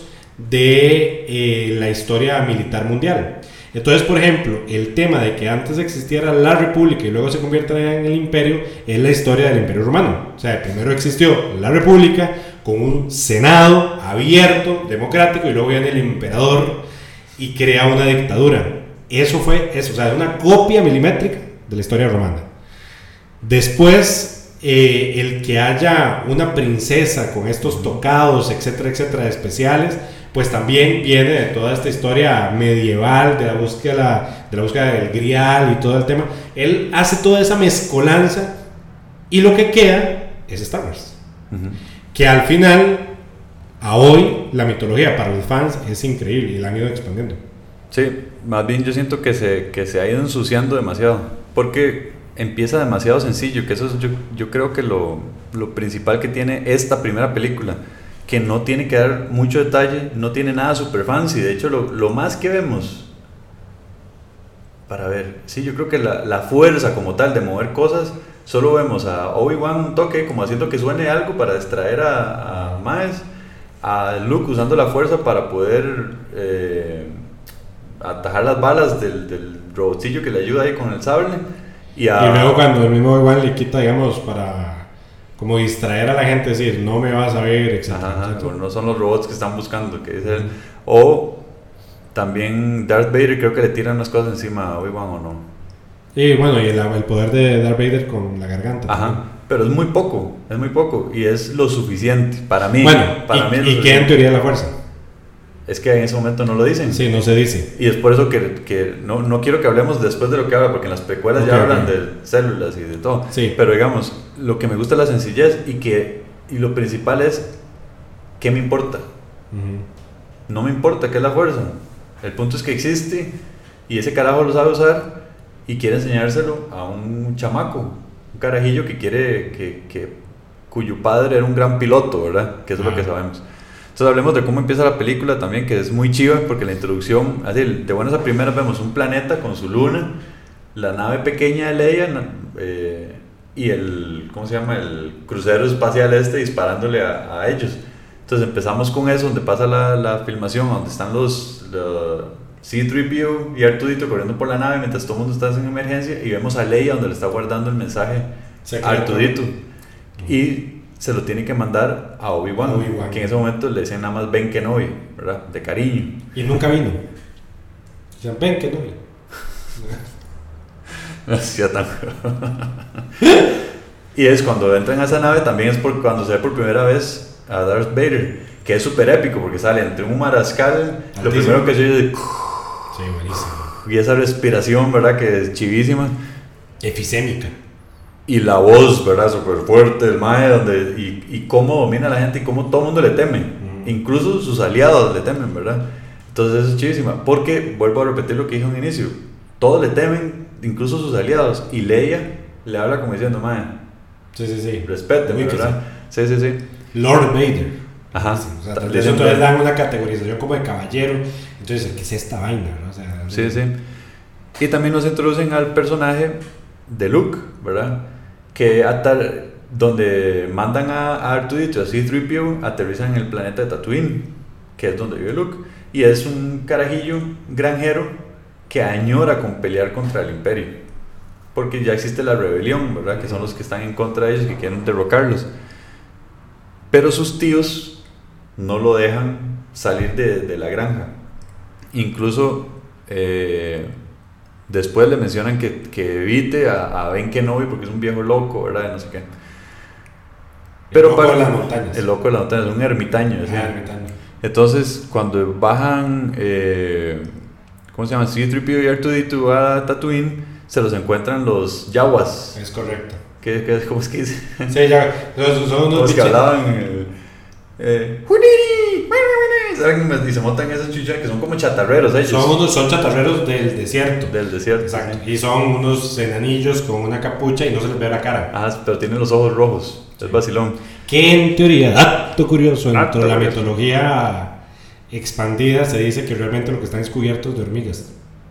de la historia militar mundial. Entonces, por ejemplo, el tema de que antes existiera la república y luego se convierta en el imperio es la historia del imperio romano. O sea, primero existió la república con un senado abierto, democrático, y luego viene el emperador y crea una dictadura. Eso fue eso, o sea, una copia milimétrica de la historia romana. Después, el que haya una princesa con estos tocados, etcétera, etcétera, especiales, pues también viene de toda esta historia medieval, de la búsqueda del grial y todo el tema. Él hace toda esa mezcolanza y lo que queda es Star Wars. Uh-huh. Que al final, a hoy, la mitología para los fans es increíble y la han ido expandiendo. Sí, más bien yo siento que se ha ido ensuciando demasiado, porque empieza demasiado sencillo, que eso es yo creo que lo principal que tiene esta primera película, que no tiene que dar mucho detalle, no tiene nada super fancy. De hecho, lo más que vemos para ver, sí, yo creo que la fuerza como tal de mover cosas, solo vemos a Obi-Wan un toque como haciendo que suene algo para distraer a Maes, a Luke usando la fuerza para poder atajar las balas del robotcillo que le ayuda ahí con el sable, y luego cuando el mismo Obi-Wan le quita, digamos, para como distraer a la gente, decir, no me vas a ver, etc. Ajá, bueno, no son los robots que están buscando, que es él. O también Darth Vader creo que le tiran las cosas encima a Obi-Wan o no. Y bueno, y el poder de Darth Vader con la garganta. Ajá, también. pero es muy poco y es lo suficiente para mí. Bueno, para mí ¿y qué en teoría de la fuerza? Es que en ese momento no lo dicen. Sí, no se dice. Y es por eso que no quiero que hablemos después de lo que habla, porque en las precuelas Okay, ya hablan okay. de células y de todo. Sí. Pero digamos, lo que me gusta es la sencillez y lo principal es, ¿qué me importa? Ujú. No me importa qué es la fuerza. El punto es que existe y ese carajo lo sabe usar y quiere enseñárselo a un chamaco, un carajillo que quiere, cuyo padre era un gran piloto, ¿verdad? Que eso es lo que sabemos. Entonces hablemos de cómo empieza la película también, que es muy chiva, porque la introducción, así, de buenas a primeras vemos un planeta con su luna, la nave pequeña de Leia y el, ¿cómo se llama? El crucero espacial disparándole a ellos. Entonces empezamos con eso, donde pasa la filmación, donde están los C-3PO y R2-D2 corriendo por la nave mientras todo el mundo está en emergencia, y vemos a Leia donde le está guardando el mensaje a R2-D2 y se lo tiene que mandar a Obi-Wan, que en ese momento le decían nada más Ben Kenobi, ¿verdad? De cariño. Y nunca vino. Decían, Ben Kenobi. No hacía tan... Y es cuando entran a esa nave, también es cuando se ve por primera vez a Darth Vader, que es súper épico porque sale entre un marascal, lo primero que se oye es... Sí, buenísimo. Y esa respiración, ¿verdad? Que es chivísima. Efisémica. Y la voz, ¿verdad? Súper fuerte, el mae, y cómo domina a la gente y cómo todo el mundo le teme. Incluso sus aliados le temen, ¿verdad? Entonces eso es chivísima. Porque, vuelvo a repetir lo que dije al inicio, todos le temen, incluso sus aliados. Y Leia le habla como diciendo, mae, sí. respéteme, ¿verdad? Sí. Lord Vader. Ajá. O sea, entonces dan una categorización como de caballero. Entonces, ¿qué es esta vaina? ¿No? O sea, sí. Y también nos introducen al personaje de Luke, ¿verdad? Que donde mandan a R2-D2 a C-3PO, aterrizan en el planeta de Tatooine, que es donde vive Luke, y es un carajillo granjero que añora con pelear contra el Imperio, porque ya existe la rebelión, ¿verdad? Que son los que están en contra de ellos, que quieren derrocarlos, pero sus tíos no lo dejan salir de la granja. Incluso después le mencionan que evite a Ben Kenobi porque es un viejo loco, ¿verdad? No sé qué. Pero el loco de las montañas. El loco de las montañas, un ermitaño. Ermitaño. Entonces, cuando bajan, ¿cómo se llama? C-3PO y R2-D2 a Tatooine, se los encuentran los Yawas. Es correcto. ¿Cómo es que dice? Sí, ya. Son unos los que hablaban. Y se montan esas chuchas que son como chatarreros ellos. Son chatarreros del desierto. Del desierto. Exacto. Sí. Y son unos enanillos con una capucha y no se les ve la cara. Ajá, pero tienen los ojos rojos. Es vacilón. Que en teoría, dato curioso, dentro de la mitología expandida se dice que realmente lo que están es cubiertos de hormigas.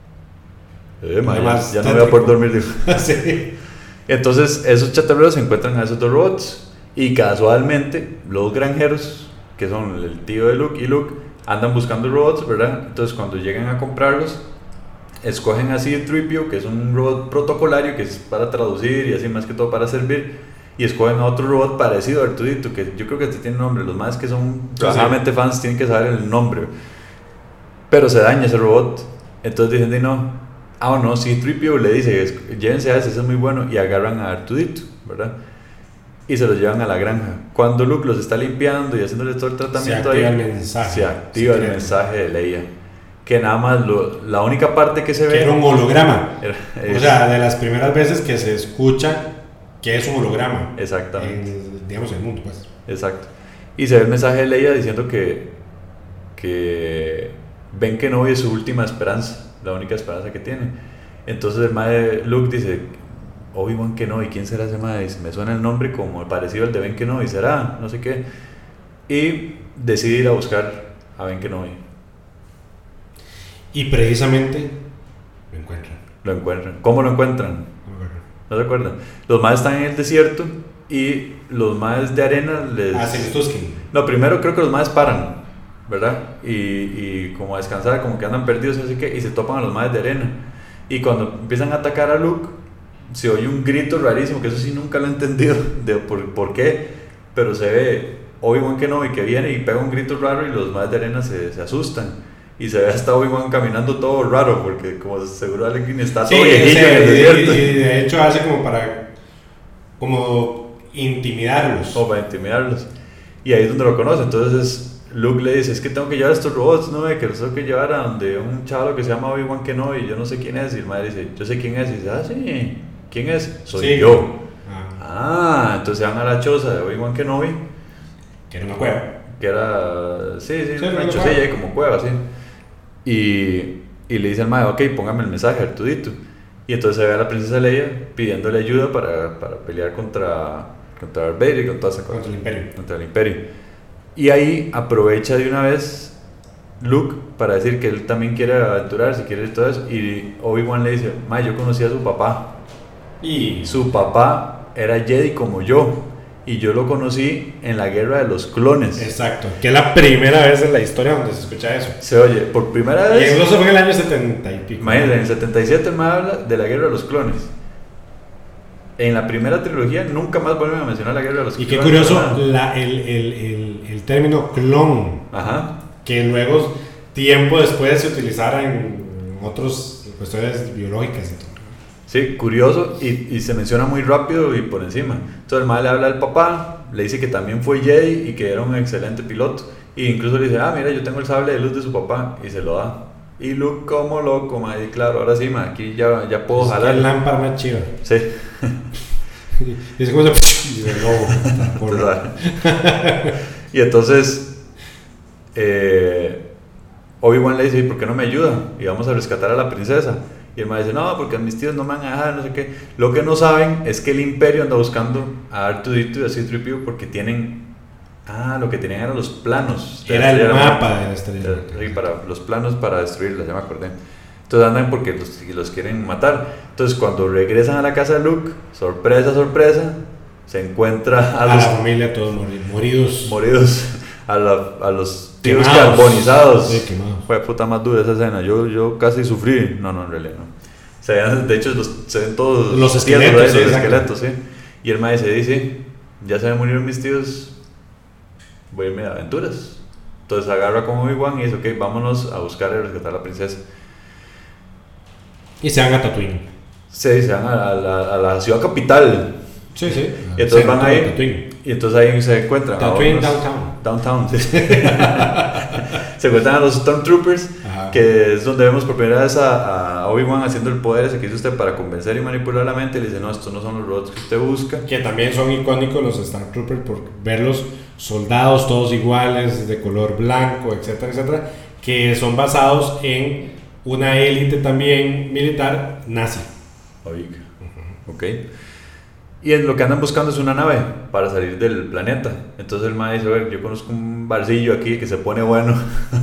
Ya no voy a poder dormir. Sí. Entonces, esos chatarreros se encuentran a esos dos robots. Y casualmente, los granjeros, que son el tío de Luke y Luke, andan buscando robots, ¿verdad? Entonces cuando llegan a comprarlos, escogen así el C-3PO, que es un robot protocolario, que es para traducir y así más que todo para servir, y escogen a otro robot parecido a R2-D2, que yo creo que este tiene nombre. Los más que son realmente fans tienen que saber el nombre, pero se daña ese robot. Entonces dicen, no, C-3PO le dice, llévense a ese es muy bueno, y agarran a R2-D2, ¿verdad? Y se los llevan a la granja. Cuando Luke los está limpiando y haciéndoles todo el tratamiento, se activa el mensaje de Leia. Que nada más, la única parte que se ve... Que era un holograma. O sea, de las primeras veces que se escucha que es un holograma. Exactamente. Digamos, en el mundo, pues. Exacto. Y se ve el mensaje de Leia diciendo que Ben Kenobi es su última esperanza, la única esperanza que tiene. Entonces el mae Luke dice... Obi-Wan Kenobi, ¿quién será ese mae? Me suena el nombre como parecido al de Ben Kenobi, ¿será? No sé qué. Y decide ir a buscar a Ben Kenobi. Y precisamente lo encuentran. ¿Cómo lo encuentran? ¿No se acuerdan? Los maes están en el desierto y los maes de arena se les tusquen. No, primero creo que los maes paran, ¿verdad? Y como a descansar, como que andan perdidos, así que, y se topan a los maes de arena. Y cuando empiezan a atacar a Luke, se oye un grito rarísimo, que eso sí nunca lo he entendido de por qué, pero se ve Obi-Wan Kenobi que viene y pega un grito raro y los más de arena se asustan. Y se ve hasta Obi-Wan caminando todo raro, porque como seguro alguien está todo viejillo en el desierto. Y de hecho hace como intimidarlos. O para intimidarlos. Y ahí es donde lo conoce. Entonces Luke le dice, es que tengo que llevar estos robots, ¿no? Que los tengo que llevar a donde un chaval que se llama Obi-Wan Kenobi, y yo no sé quién es. Y el madre dice, yo sé quién es. Y dice, sí, ¿quién es? Soy yo. Entonces van a la choza de Obi-Wan Kenobi. Que era una cueva. Que era, una chocilla ahí como cueva, sí. Y le dice al mago, ok, póngame el mensaje, Artudito. Y entonces se ve a la princesa Leia pidiéndole ayuda para pelear contra Darth Vader y contra el Imperio. Y ahí aprovecha de una vez Luke para decir que él también quiere aventurarse, quiere todo eso. Y Obi-Wan le dice, yo conocí a su papá. Y su papá era Jedi como yo. Y yo lo conocí en la Guerra de los Clones. Exacto, que es la primera vez en la historia donde se escucha eso. Se oye, por primera vez. Y incluso fue en el año 70 y pico. Imagínate, en el 77 me habla de la Guerra de los Clones. En la primera trilogía nunca más vuelven a mencionar la Guerra de los Clones. Y qué curioso el término clon. Ajá. Que luego, tiempo después, se utilizara en otras cuestiones biológicas y todo. Sí, curioso, y se menciona muy rápido y por encima. Entonces el mal le habla al papá, le dice que también fue Jedi y que era un excelente piloto. Y incluso le dice, mira, yo tengo el sable de luz de su papá, y se lo da. Y Luke como loco, y claro, ahora sí, aquí ya puedo jalar. El lámpara más chido. Sí. Y se come y de nuevo. Y entonces Obi-Wan le dice, ¿por qué no me ayuda? Y vamos a rescatar a la princesa. Y el maestro dice, no, porque mis tíos no me van a dejar, no sé qué. Lo que no saben es que el Imperio anda buscando a R2-D2 y a C-3PO porque tienen... lo que tenían eran los planos. Era el mapa de la estrella. Sí, para los planos para destruirla, ya me acordé. Entonces andan porque los quieren matar. Entonces cuando regresan a la casa de Luke, sorpresa, se encuentra a la familia todos moridos. A los tíos carbonizados. Sí, quemados. Fue puta más dura esa escena. Yo casi sufrí. No, en realidad no. De hecho, se ven todos los esqueletos. Sí. Y el maestro dice, ya se me murieron mis tíos, voy a irme de aventuras. Entonces agarra con Obi-Wan y dice, ok, vámonos a buscar y rescatar a la princesa. Y se van a Tatooine. Sí, se van a la ciudad capital. Sí. Y entonces van ahí. Y entonces ahí se encuentran. Tatooine, Downtown. Sí. Se encuentran a los Stormtroopers, que es donde vemos por primera vez a Obi-Wan haciendo el poder ese que hizo usted para convencer y manipular la mente. Le dice, no, estos no son los robots que usted busca. Que también son icónicos los Stormtroopers por verlos soldados todos iguales, de color blanco, etcétera, que son basados en una élite también militar nazi. Oiga. Ok. Y en lo que andan buscando es una nave para salir del planeta. Entonces el mae dice, a ver, yo conozco un barcillo aquí que se pone bueno.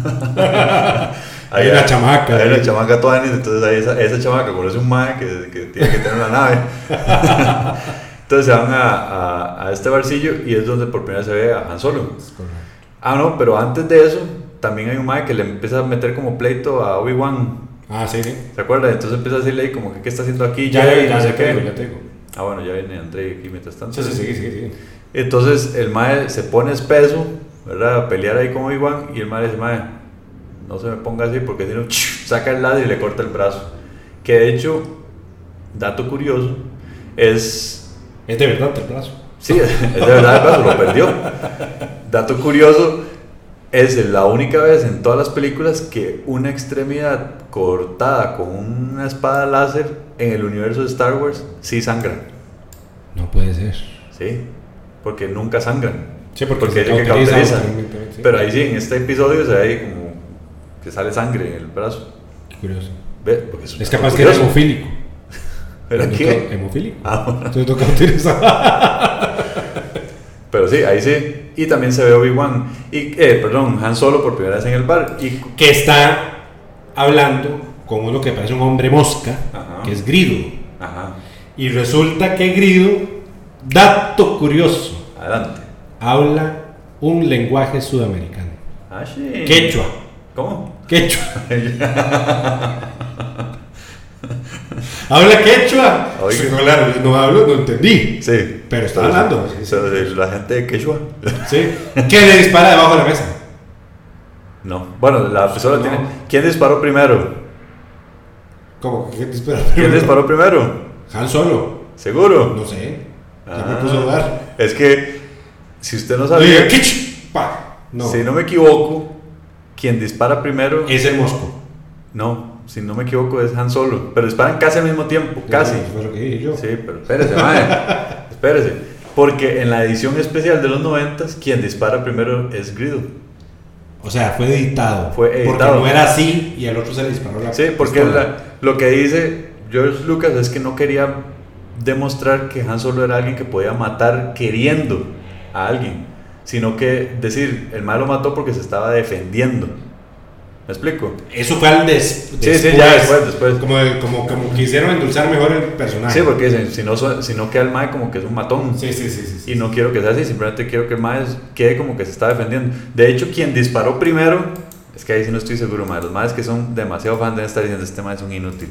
Hay una chamaca. Hay una chamaca toda, entonces ahí esa chamaca conoce un mae que tiene que tener una nave. Entonces se van a este barcillo y es donde por primera vez se ve a Han Solo. No, pero antes de eso también hay un mae que le empieza a meter como pleito a Obi-Wan. Sí. ¿Se acuerda? Entonces empieza a decirle ahí como que qué está haciendo aquí. Ya no sé qué. Ya te digo. Bueno, ya viene André aquí mientras tanto. Sí. Entonces el mae se pone espeso, ¿verdad? A pelear ahí con Obi-Wan y el mae dice, mae, no se me ponga así porque si no, saca el láser y le corta el brazo. Que de hecho, dato curioso, es de verdad el brazo. Sí, es de verdad el brazo, lo perdió. Dato curioso, es la única vez en todas las películas que una extremidad cortada con una espada láser en el universo de Star Wars sí sangra. No puede ser. Sí, porque nunca sangran. Sí, porque se cauteriza. Sí. Pero ahí sí, en este episodio se ve ahí como que sale sangre en el brazo. Qué curioso. ¿Ve? Porque es capaz que era hemofílico. ¿Era qué? Hemofílico. Bueno. Entonces no cauteriza. Pero sí, ahí sí. Y también se ve Obi-Wan. Han Solo por primera vez en el bar. Y que está hablando con uno que parece un hombre mosca, que es Grido. Y resulta que Grido, dato curioso, adelante, habla un lenguaje sudamericano. Sí. Quechua. ¿Cómo? Quechua. ¿Habla quechua? Oiga. Sí, claro, no hablo, no entendí. Sí. Pero está hablando. La gente de Quechua. Sí. ¿Qué le dispara debajo de la mesa? No. Bueno, la pistola No. tiene. ¿Quién disparó primero? ¿Cómo? ¿Qué dispara? ¿Quién disparó primero? Han Solo. ¿Seguro? No sé. Ya Ah. me puso a dudar. Es que, si usted no Oye, sabía, ¡quich! Pa. No. si no me equivoco, quien dispara primero. Es el Mosco. No, si no me equivoco, es Han Solo. Pero disparan casi al mismo tiempo. Casi. Eso fue lo que dije yo. Sí, pero espérese, madre. Espérese. Porque en la edición especial de los 90s, quien dispara primero es Griddle. O sea, fue editado. Fue editado. Porque no era así y al otro se le disparó la Sí, porque pistola. lo que dice George Lucas es que no quería demostrar que Han Solo era alguien que podía matar queriendo a alguien, sino que decir, el malo mató porque se estaba defendiendo. ¿Me explico? Eso fue al Sí, ya después. Como quisieron endulzar mejor el personaje. Sí, porque dicen, si no queda el mae como que es un matón. Sí. Y no quiero que sea así, simplemente quiero que el mae quede como que se está defendiendo. De hecho, quien disparó primero, es que ahí sí no estoy seguro, mae. Los maes que son demasiado fans deben estar diciendo, este mae es un inútil.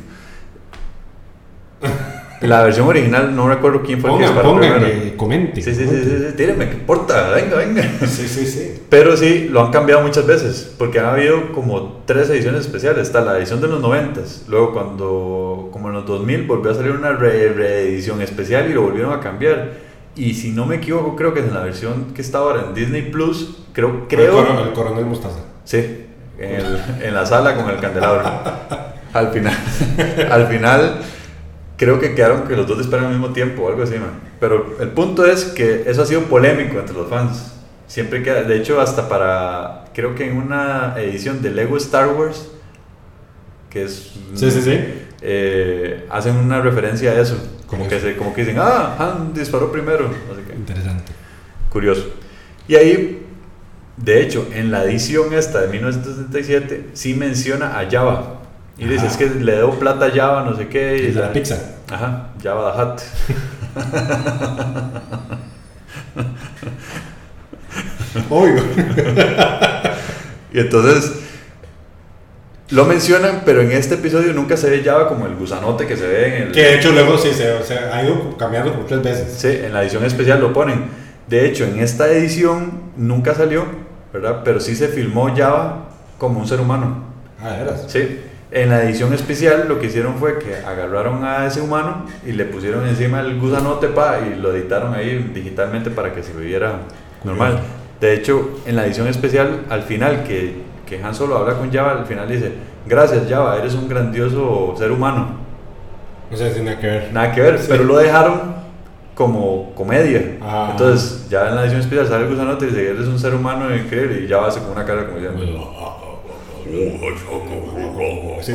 La versión original, no recuerdo quién fue el que disparó primero. Comente. Sí, tírenme, ¿qué importa? Venga. Sí. Pero sí, lo han cambiado muchas veces, porque ha habido como 3 ediciones especiales. Está la edición de los 90s, luego como en los 2000 volvió a salir una reedición especial y lo volvieron a cambiar. Y si no me equivoco, creo que es en la versión que está ahora en Disney Plus, creo. El coronel Mostaza. Sí, en la sala con el candelabro. Al final creo que quedaron que los dos disparan al mismo tiempo o algo así, man. Pero el punto es que eso ha sido polémico entre los fans. Siempre queda, de hecho, hasta creo que en una edición de Lego Star Wars, que es... hacen una referencia a eso. Como que dicen, Han disparó primero. Así que, interesante. Curioso. Y ahí, de hecho, en la edición esta de 1977, sí menciona a Jabba. Y dice, es que le debo plata a Jabba, no sé qué. Y la pizza. Ajá, Jabba the Hutt. Oigo. Y entonces lo mencionan, pero en este episodio nunca se ve Jabba como el gusanote que se ve en el... Que de hecho luego sí se ha ido cambiando como 3 veces. Sí, en la edición especial lo ponen. De hecho, en esta edición nunca salió, ¿verdad? Pero sí se filmó Jabba como un ser humano. Ah, ¿de veras? Sí. En la edición especial lo que hicieron fue que agarraron a ese humano y le pusieron encima el gusanote y lo editaron ahí digitalmente para que se viera normal. De hecho, en la edición especial, al final que Han Solo habla con Jabba, al final dice, gracias Jabba, eres un grandioso ser humano. O sea, sin nada que ver. Nada que ver, sí. Pero lo dejaron como comedia. Entonces, ya en la edición especial sale el gusanote y dice, eres un ser humano increíble, y Jabba hace como una cara como diciendo... Sí.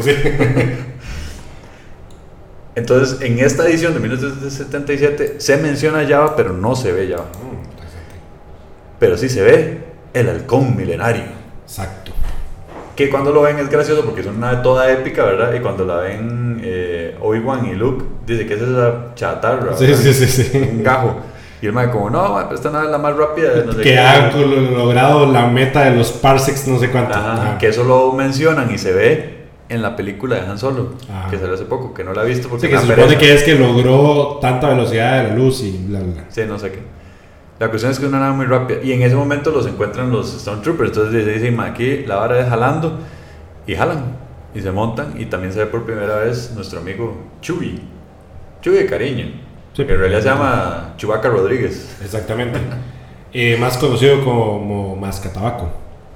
Entonces, en esta edición de 1977 se menciona Jabba, pero no se ve Jabba. Pero sí se ve el halcón milenario. Exacto. Que cuando lo ven es gracioso porque es una nave toda épica, ¿verdad? Y cuando la ven Obi-Wan y Luke, dice que esa es esa chatarra. Sí. Un gajo. Y el mae como, no, pero esta nave es la más rápida. No sé que ha logrado la meta de los parsecs, no sé cuánto. Que eso lo mencionan y se ve en la película de Han Solo, que salió hace poco, que no la he visto porque que se supone que es que logró tanta velocidad de la luz y bla bla. Sí, no sé qué. La cuestión es que es una nave muy rápida y en ese momento los encuentran los Stormtroopers. Entonces dicen, aquí la vara es jalando y jalan y se montan y también se ve por primera vez nuestro amigo Chewie de cariño. Sí, que en realidad se llama Chewbacca Rodríguez. Exactamente. Más conocido como Mascatabaco.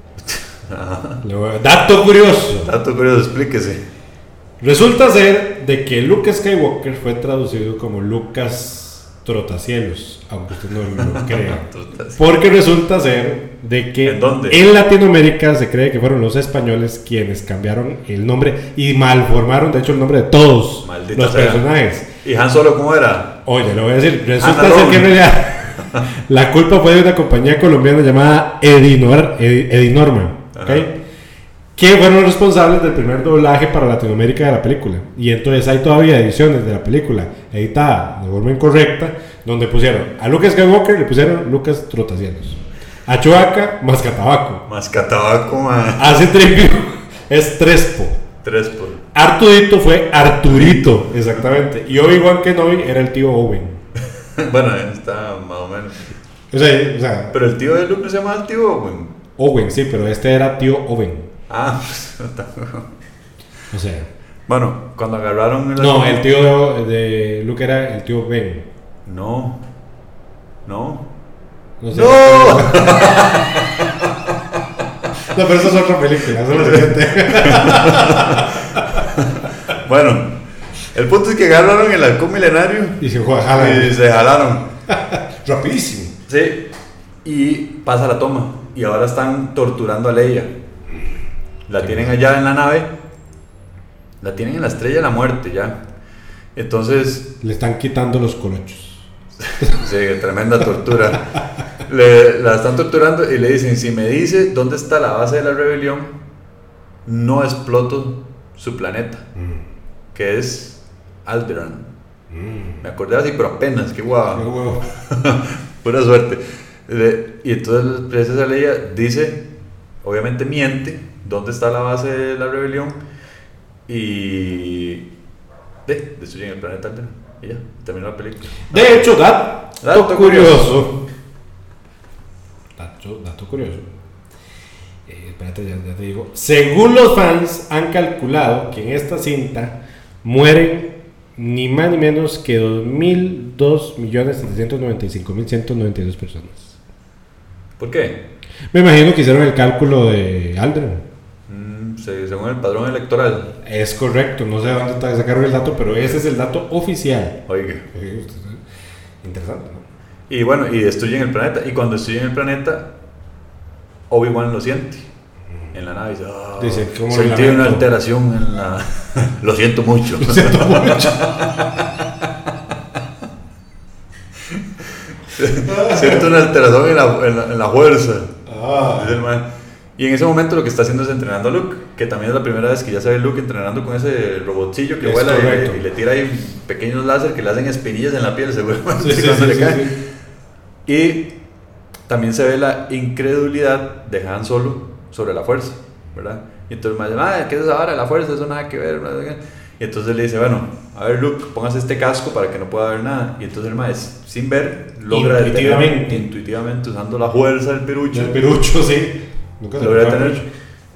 Dato curioso, explíquese. Resulta ser de que Luke Skywalker fue traducido como Lucas Trotacielos, aunque usted no lo crea. Porque resulta ser de que en Latinoamérica se cree que fueron los españoles quienes cambiaron el nombre y malformaron, de hecho, el nombre de todos los personajes. ¿Y Han Solo cómo era? Oye, le voy a decir, resulta ser que en realidad la culpa fue de una compañía colombiana llamada Edinorma, ¿okay? Que fueron los responsables del primer doblaje para Latinoamérica de la película. Y entonces hay todavía ediciones de la película editada de forma incorrecta, donde pusieron a Lucas Skywalker, le pusieron Lucas Trotacielos. A Chewbacca, Mascatabaco. Mascatabaco, man. A C-3PO es Trespo. R2D2 fue Arturito, exactamente. Y Obi-Wan Kenobi era el tío Owen. Bueno, está más o menos. O sea, Pero el tío de Luke no se llama el tío Owen. Owen, sí, pero este era tío Owen. Ah, O sea. bueno, cuando agarraron No, el tío de Luke era el tío Ben. No. No sé. ¡No! No, pero eso es otra película, eso es lo siguiente. Bueno, el punto es que agarraron el halcón milenario Y se jalaron. y se jalaron. Rapidísimo. Sí, y pasa la toma. Y ahora están torturando a Leia. La tienen allá en la nave. La tienen en la Estrella de la Muerte ya. Entonces, Le están quitando los colochos. sí, tremenda tortura. La están torturando y le dicen, si me dice dónde está la base de la rebelión, no exploto su planeta, que es Alderaan. Me acordé así, pero apenas, qué guau. Qué huevo. Pura suerte. Y entonces la princesa Leia dice, obviamente miente, dónde está la base de la rebelión y destruyen el planeta Alderaan. Y ya, terminó la película. De hecho, dato curioso. Dato curioso. Espérate, ya te digo. Según los fans, han calculado que en esta cinta mueren ni más ni menos que 2.795.192 personas. ¿Por qué? Me imagino que hicieron el cálculo de Alderaan. Según el padrón electoral. Es correcto, no sé de dónde sacaron el dato, pero ese es el dato oficial. Oiga. Interesante, ¿no? Y bueno, y destruyen el planeta. Y cuando destruyen el planeta, Obi-Wan lo siente en la nave. Dice, ¿cómo lo sentí lamento? una alteración en la. Lo siento mucho. Lo siento mucho. Siento una alteración en la fuerza. Ah. Dice el man. Y en ese momento lo que está haciendo es entrenando a Luke, que también es la primera vez que ya se ve Luke entrenando con ese robotcillo que Es vuela correcto. y le tira ahí pequeños láser que le hacen espinillas en la piel, seguramente Sí, cuando sí, le sí, cae. sí. Y también se ve la incredulidad de Han Solo sobre la fuerza, ¿verdad? Y entonces me dice, ¿qué es ahora la fuerza? Eso nada que ver. Y entonces le dice, bueno, a ver Luke, póngase este casco para que no pueda ver nada. Y entonces el maestro, sin ver, logra intuitivamente usando la fuerza del perucho. El perucho, sí. Nunca se Logra me tener. perucho.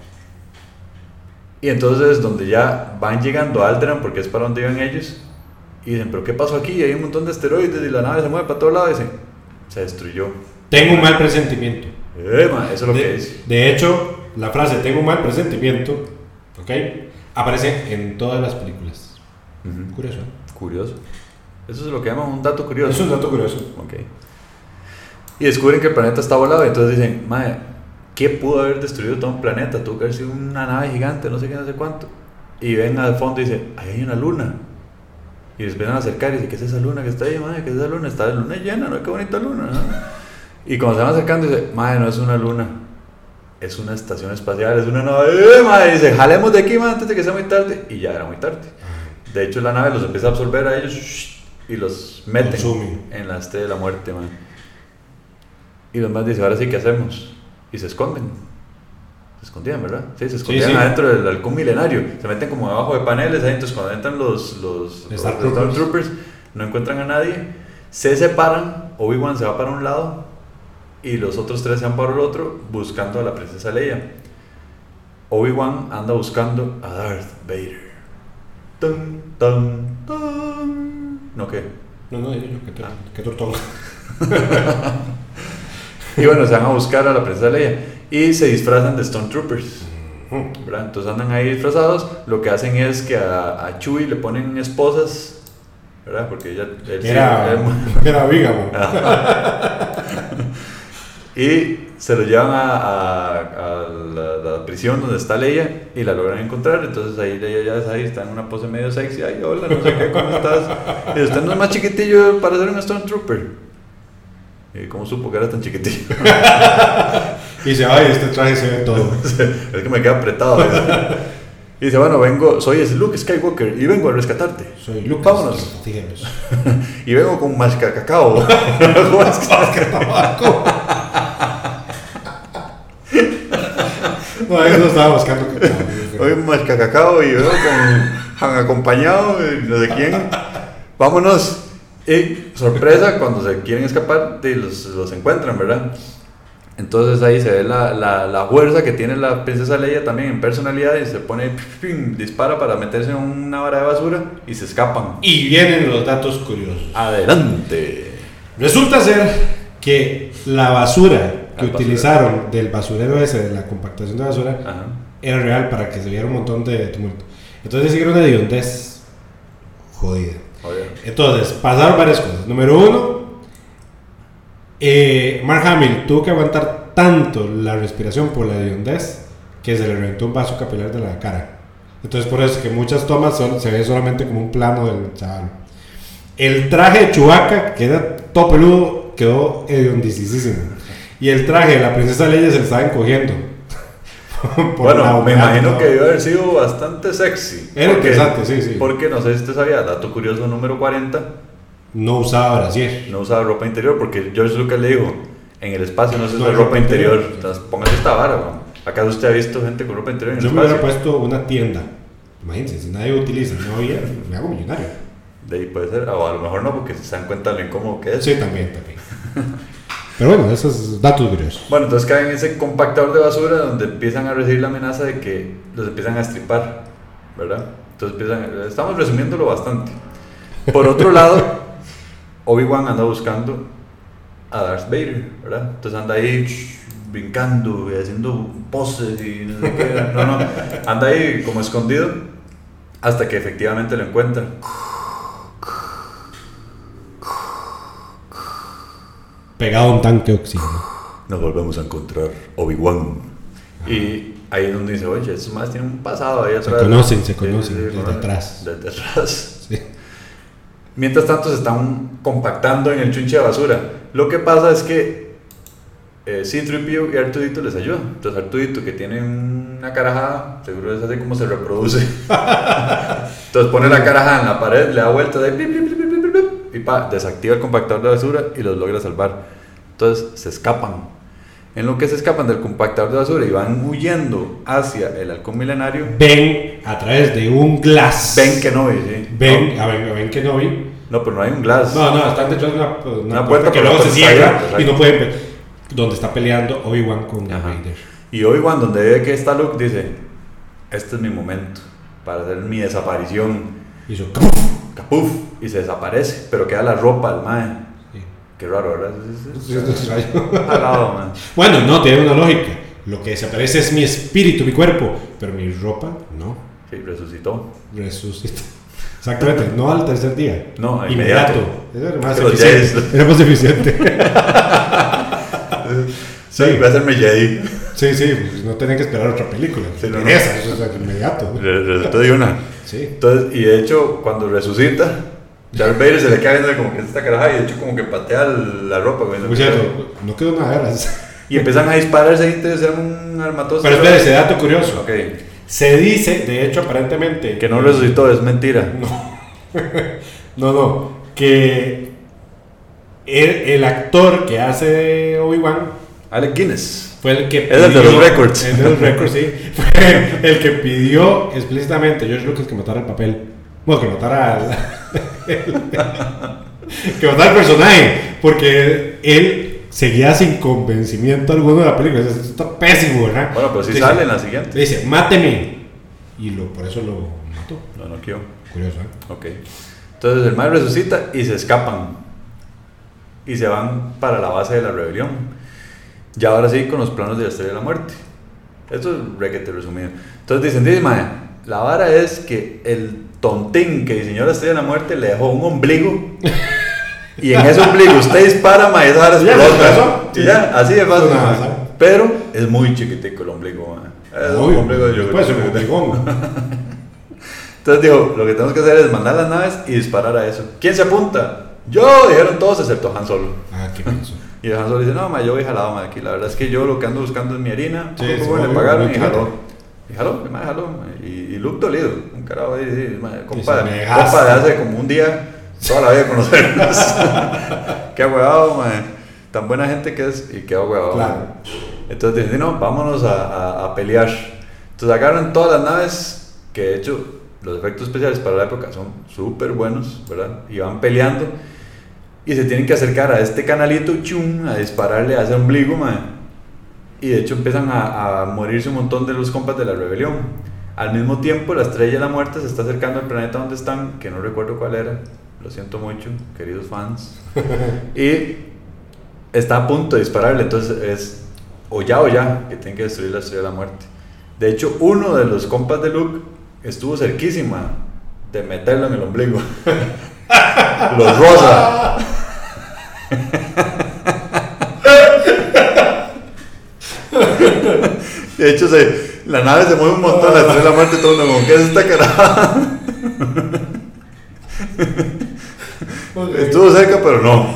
Y entonces donde ya van llegando a Alderaan, porque es para donde iban ellos, y dicen, ¿pero qué pasó aquí? Hay un montón de asteroides y la nave se mueve para todos lados. Y dicen, se destruyó. Tengo un mal presentimiento. Eso es lo que dice. De hecho, la frase tengo un mal presentimiento, ¿ok? Aparece en todas las películas. Ujú. Curioso, ¿eh? Curioso. Eso es lo que llaman un dato curioso. Es un dato curioso. Ok. Y descubren que el planeta está volado. Y entonces dicen, madre, ¿qué pudo haber destruido todo un planeta? Tuvo que haber sido una nave gigante, no sé qué, no sé cuánto. Y ven al fondo y dicen, ahí hay una luna. Y les empiezan a acercar y dicen, ¿qué es esa luna que está ahí, madre? ¿Qué es esa luna? Está la luna llena, ¿no? Qué bonita luna, ¿no? Y cuando se van acercando, dice, madre, no es una luna, es una estación espacial, es una nave, madre. Y dice, jalemos de aquí, madre, antes de que sea muy tarde. Y ya era muy tarde. De hecho, la nave los empieza a absorber a ellos y los meten Consume. en la Estrella de la Muerte, madre. Y los más dicen, ahora sí, ¿qué hacemos? Y se esconden. Se escondían, ¿verdad? Sí, se escondían sí. adentro del halcón milenario. Se meten como debajo de paneles ahí. Entonces, cuando entran los Stormtroopers, no encuentran a nadie. Se separan. Obi-Wan se va para un lado y los otros tres se van para el otro buscando a la princesa Leia. Obi-Wan anda buscando a Darth Vader. Tum, tum, tum. ¿No qué? No, digo yo, qué tortón. Y bueno, se van a buscar a la princesa Leia y se disfrazan de Stormtroopers, ¿verdad? Entonces andan ahí disfrazados. Lo que hacen es que a Chewie le ponen esposas, ¿verdad? Porque ella era vígamo. Y se lo llevan a la prisión donde está Leia y la logran encontrar. Entonces ahí Leia ya ahí está en una pose medio sexy. Ay, hola, no sé qué, ¿cómo estás? Y usted no es más chiquitillo para ser un Stormtrooper. ¿Y cómo supo que era tan chiquitillo? Y dice, ay, este traje se ve todo. Es que me queda apretado. Y dice, bueno, soy Luke Skywalker y vengo a rescatarte. Soy Luke. Vámonos. Díganos. Y vengo con mascacacao. No, eso estaba buscando cacao. Hoy masca cacao y yo con acompañado de no sé quién. Vámonos. Y sorpresa, cuando se quieren escapar, los encuentran, ¿verdad? Entonces ahí se ve la fuerza que tiene la princesa Leia también en personalidad y se pone, dispara para meterse en una vara de basura y se escapan. Y vienen los datos curiosos. Adelante. Resulta ser que la basura que utilizaron del basurero ese, de la compactación de basura, Ajá. era real para que se viera un montón de tumulto. Entonces siguieron una hediondez jodida. Entonces, pasaron varias cosas. Número uno, Mark Hamill tuvo que aguantar tanto la respiración por la hediondez que se le reventó un vaso capilar de la cara. Entonces, por eso es que muchas tomas se ve solamente como un plano del chaval. El traje de Chewbacca, que era todo peludo, quedó hediondicísimo. Y el traje de la princesa Leia se le estaba encogiendo. Bueno, me imagino que debió haber sido bastante sexy. Era interesante, sí. Porque no sé si usted sabía, dato curioso número 40. No usaba brasier. No usaba ropa interior porque George Lucas le dijo, en el espacio no se usa ropa interior. Entonces póngase esta vara, ¿no? ¿Acaso usted ha visto gente con ropa interior en el espacio? Yo me hubiera puesto una tienda. Imagínense, si nadie utiliza, no había, me hago millonario. De ahí puede ser, o a lo mejor no, porque se dan cuenta de lo incómodo que es. Sí, también. Pero bueno, esos datos curiosos. Bueno, entonces caen en ese compactador de basura donde empiezan a recibir la amenaza de que los empiezan a estripar, ¿verdad? Entonces estamos resumiéndolo bastante. Por otro lado, Obi-Wan anda buscando a Darth Vader, ¿verdad? Entonces anda ahí brincando y haciendo poses y no sé qué. No, anda ahí como escondido hasta que efectivamente lo encuentra. Pegado a un tanque de oxígeno. Nos volvemos a encontrar, Obi-Wan. Y ahí es donde dice, oye, esos más tienen un pasado ahí atrás. Se conocen, desde atrás. Desde atrás. Sí. Mientras tanto se están compactando en el chunche de basura. Lo que pasa es que C-3PO y R2-D2 les ayudan. Entonces R2-D2, que tiene una carajada, seguro es así como se reproduce. Entonces pone la carajada en la pared, le da vueltas y desactiva el compactador de basura y los logra salvar. Entonces se escapan. En lo que se escapan del compactador de basura y van huyendo hacia el halcón milenario, ven a través de un glass. ven Kenobi, sí. Ven Kenobi. No, pero no hay un glass. No, están detrás de una puerta que luego se cierra abierta, y no pueden ver. Donde está peleando Obi-Wan con Vader. Y Obi-Wan, donde ve que está Luke, dice: este es mi momento para hacer mi desaparición. Hizo capuf, y se desaparece, pero queda la ropa del mae. Sí. Qué raro, ¿verdad? Jalado, man. Bueno, no, tiene una lógica. Lo que desaparece es mi espíritu, mi cuerpo, pero mi ropa no. Sí, resucitó. Exactamente, no al tercer día. No, inmediato. Era más eficiente. Era más eficiente. Sí, voy a hacerme Jedi. Sí, pues no tenía que esperar otra película. Sí, no. Eso es inmediato. Resucitó de una. Sí. Entonces, y de hecho, cuando resucita, Darth Vader se le queda viendo como que esta caraja y de hecho como que patea la ropa. Muy cierto, no quedó nada de veras. Y empiezan a dispararse y te hacen un armatoste. Pero espera, ese dato curioso. Okay. Se dice, de hecho, aparentemente... Que no resucitó, es mentira. No, que el actor que hace de Obi-Wan... Alec Guinness. Fue el que pidió... Es el de los récords. El de los récords, sí. Fue el que pidió explícitamente a George Lucas que matara el papel. Bueno, que matara que matara el personaje. Porque él seguía sin convencimiento alguno de la película. Eso está pésimo, ¿verdad? Bueno, pero sí sale en la siguiente. Le dice, máteme. Y por eso lo mató. Lo noqueó. Curioso, ¿eh? Ok. Entonces el mal resucita y se escapan. Y se van para la base de la rebelión. Ya ahora sí con los planos de la Estrella de la Muerte. Esto es requete resumido. Entonces dicen, mae, la vara es que el tontín que diseñó la Estrella de la Muerte le dejó un ombligo. Y en ese ombligo usted dispara, mae, esa vara explota. Y ya, así de fácil. Pero es muy chiquitico el ombligo, mae. Es un ombligo de yogur. Entonces digo, lo que tenemos que hacer es mandar las naves y disparar a eso. ¿Quién se apunta? Yo, dijeron todos excepto Han Solo. ¿Qué pienso? Y Han Solo dice, no, ma, yo voy jalado, ma, aquí. La verdad es que yo lo que ando buscando es mi harina. Sí, le pagaron y jaló. Y jaló, ma. Y Luke dolido. Un carajo ahí, sí, compa de hace como un día, toda la vida conocernos. Qué huevado, ma. Tan buena gente que es y qué huevado. Claro. Entonces dicen, no, vámonos a pelear. Entonces agarran todas las naves, que de hecho los efectos especiales para la época son súper buenos, ¿verdad? Y van peleando y se tienen que acercar a este canalito, chum, a dispararle a ese ombligo, man. Y de hecho empiezan a morirse un montón de los compas de la rebelión. Al mismo tiempo, la Estrella de la Muerte se está acercando al planeta donde están, que no recuerdo cuál era, lo siento mucho, queridos fans. Y está a punto de dispararle, entonces es o ya, que tienen que destruir la Estrella de la Muerte. De hecho, uno de los compas de Luke estuvo cerquísima de meterlo en el ombligo. Los rosa. De hecho, la nave se mueve un montón, la Estrella de la Muerte, todo el mundo como, ¿qué es esta caraja? Okay. Estuvo cerca, pero no.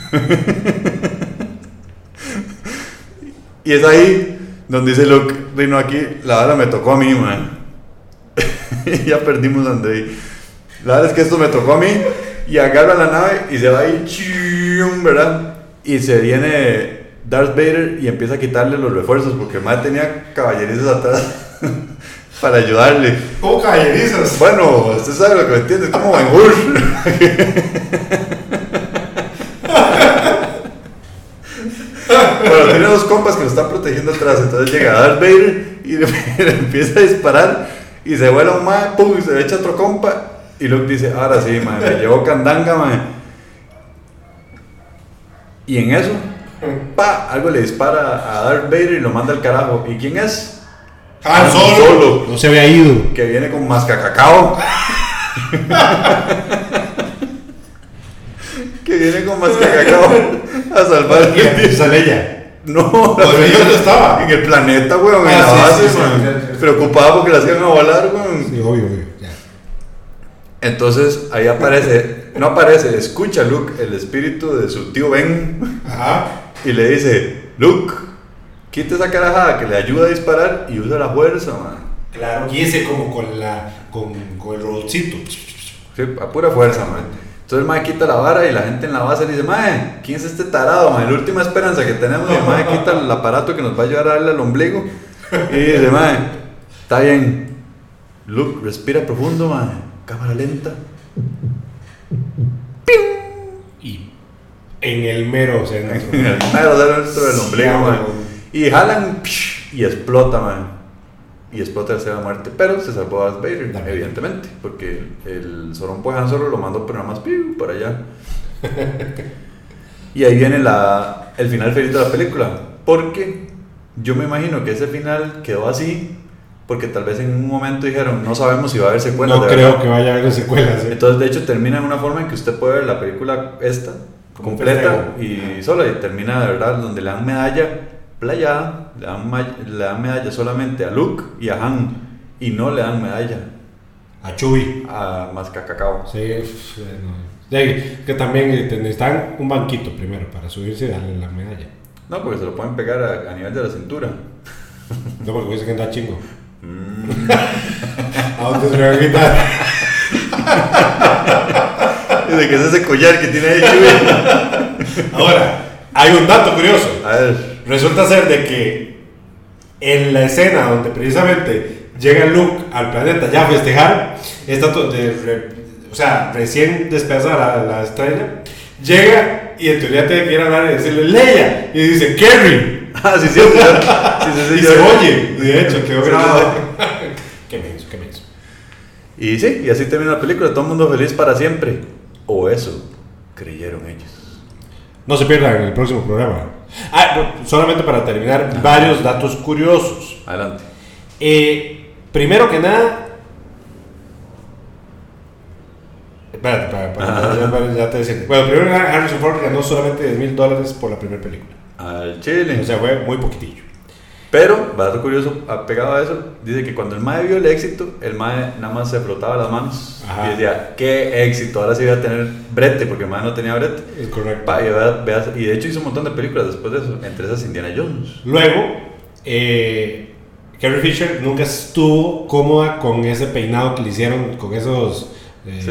Y es ahí donde dice Luke, no, aquí la bala me tocó a mí, man. Y ya perdimos donde ahí. La verdad es que esto me tocó a mí. Y agarra la nave y se va ahí, ¿verdad? Y se viene Darth Vader y empieza a quitarle los refuerzos, porque el man tenía caballerizas atrás para ayudarle. ¿Cómo caballerizas? Bueno, usted sabe lo que me entiende, es como Ben Hur. Bueno, tiene dos compas que lo están protegiendo atrás, entonces llega Darth Vader y le empieza a disparar y se vuela un man, pum, y se echa otro compa. Y Luke dice, ahora sí, man, me llevó candanga, man. Y en eso, algo le dispara a Darth Vader y lo manda al carajo. ¿Y quién es? Han Solo. No se había ido. Que viene con mascacacao. Que viene con mascacacao a salvar el día. Leia? No, ¿dónde estaba? En el planeta, weón, en la base, sí, preocupado porque las iban a volar, weón. Sí, obvio, ya. Entonces ahí escucha Luke el espíritu de su tío Ben. Ajá. Y le dice, Luke, quita esa carajada que le ayuda a disparar y usa la fuerza, man. Claro, y ese como con el robotcito. Sí, a pura fuerza, man. Entonces el mae quita la vara y la gente en la base le dice, mae, ¿quién es este tarado, mae? La última esperanza que tenemos. Y el mae quita el aparato que nos va a ayudar a darle al ombligo. Y dice, mae, está bien. Luke, respira profundo, mae. Cámara lenta. Y en el mero centro. En el mero centro del ombligo, mae. Y jalan y explota, mae. Y explota la Estrella de la Muerte, pero se salvó a Darth Vader, evidentemente, porque el Sorompo de Han Solo lo mandó pero nada más para allá. Y ahí viene el final feliz de la película, porque yo me imagino que ese final quedó así, porque tal vez en un momento dijeron, no sabemos si va a haber secuelas. No creo que vaya a haber secuelas. Entonces, de hecho, termina en una forma en que usted puede ver la película esta, completa, y sola, y termina de verdad donde le dan medalla playada, le dan medalla solamente a Luke y a Han, y no le dan medalla a Chewie, a Mascacacao. Sí, que también necesitan un banquito primero para subirse y darle la medalla. No, porque se lo pueden pegar a nivel de la cintura. No, porque dice que anda chingo. ¿A dónde se me va a quitar? ¿De qué es ese collar que tiene ahí Chewie? Ahora, hay un dato curioso. A ver. Resulta ser de que en la escena donde precisamente llega Luke al planeta ya a festejar, recién despedazada la estrella, llega y en teoría tiene que ir a hablar y decirle Leia, y dice Carrie. Sí, sí, y se oye, de hecho, quedó grabado. ¿Qué me hizo? Y sí, y así termina la película, todo el mundo feliz para siempre. O eso creyeron ellos. No se pierdan en el próximo programa. Solamente para terminar, varios datos curiosos. Adelante. Primero que nada, ya te decía. Bueno, primero que nada, Harrison Ford ganó solamente $10,000 por la primera película. Al Chile. O sea, fue muy poquitillo. Pero, dato curioso, apegado a eso, dice que cuando el mae vio el éxito, el mae nada más se frotaba las manos. Ajá. Y decía, qué éxito, ahora sí voy a tener brete, porque el mae no tenía brete. Es correcto. Y de hecho hizo un montón de películas después de eso, entre esas Indiana Jones. Luego, Carrie Fisher nunca estuvo cómoda con ese peinado que le hicieron, con esos... Sí,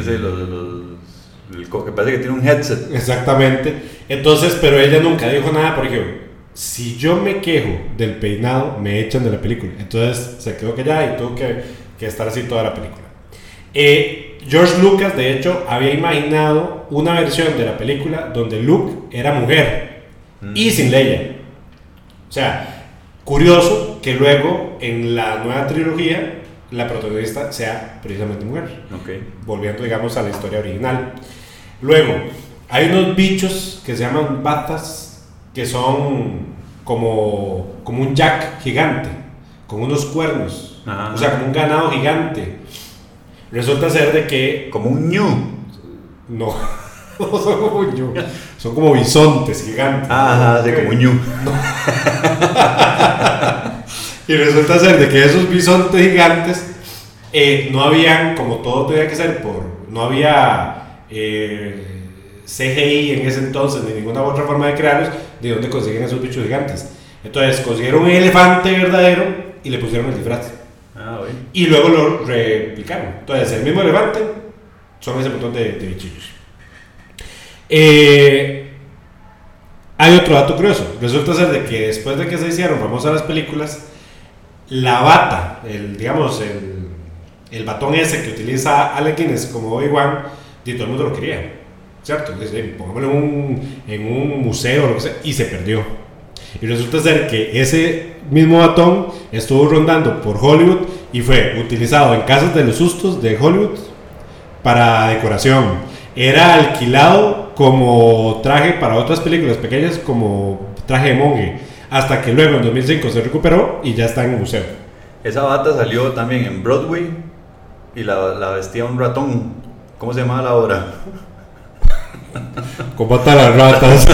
que parece que tiene un headset. Exactamente. Entonces, pero ella nunca dijo nada porque si yo me quejo del peinado, me echan de la película. Entonces se quedó callada y tuvo que estar así toda la película. George Lucas, de hecho, había imaginado una versión de la película donde Luke era mujer y sin Leia. O sea, curioso que luego en la nueva trilogía la protagonista sea precisamente mujer. Okay. Volviendo, digamos, a la historia original. Luego, hay unos bichos que se llaman batas, que son como un jack gigante, con unos cuernos. Ajá. O sea, como un ganado gigante. Resulta ser de que... Como un ñu. No, no son como un ñu. Son como bisontes gigantes. Ajá, sí, como un ñu. Y resulta ser de que esos bisontes gigantes no habían, como todo tenía que ser no había CGI en ese entonces, ni ninguna otra forma de crearlos, de dónde consiguen esos bichos gigantes. Entonces consiguieron un elefante verdadero y le pusieron el disfraz. Y luego lo replicaron. Entonces el mismo elefante son ese montón de bichillos. Hay otro dato curioso. Resulta ser de que después de que se hicieron famosas las películas, la bata, el batón ese que utiliza Alec Guinness como Obi-Wan, y todo el mundo lo quería, ¿cierto? Entonces, pongámoslo en un museo o lo que sea, y se perdió. Y resulta ser que ese mismo batón estuvo rondando por Hollywood y fue utilizado en casas de los sustos de Hollywood para decoración. Era alquilado como traje para otras películas pequeñas, como traje de monje, hasta que luego en 2005 se recuperó y ya está en el museo. Esa bata salió también en Broadway y la vestía un ratón. ¿Cómo se llamaba la obra? Combata a las ratas.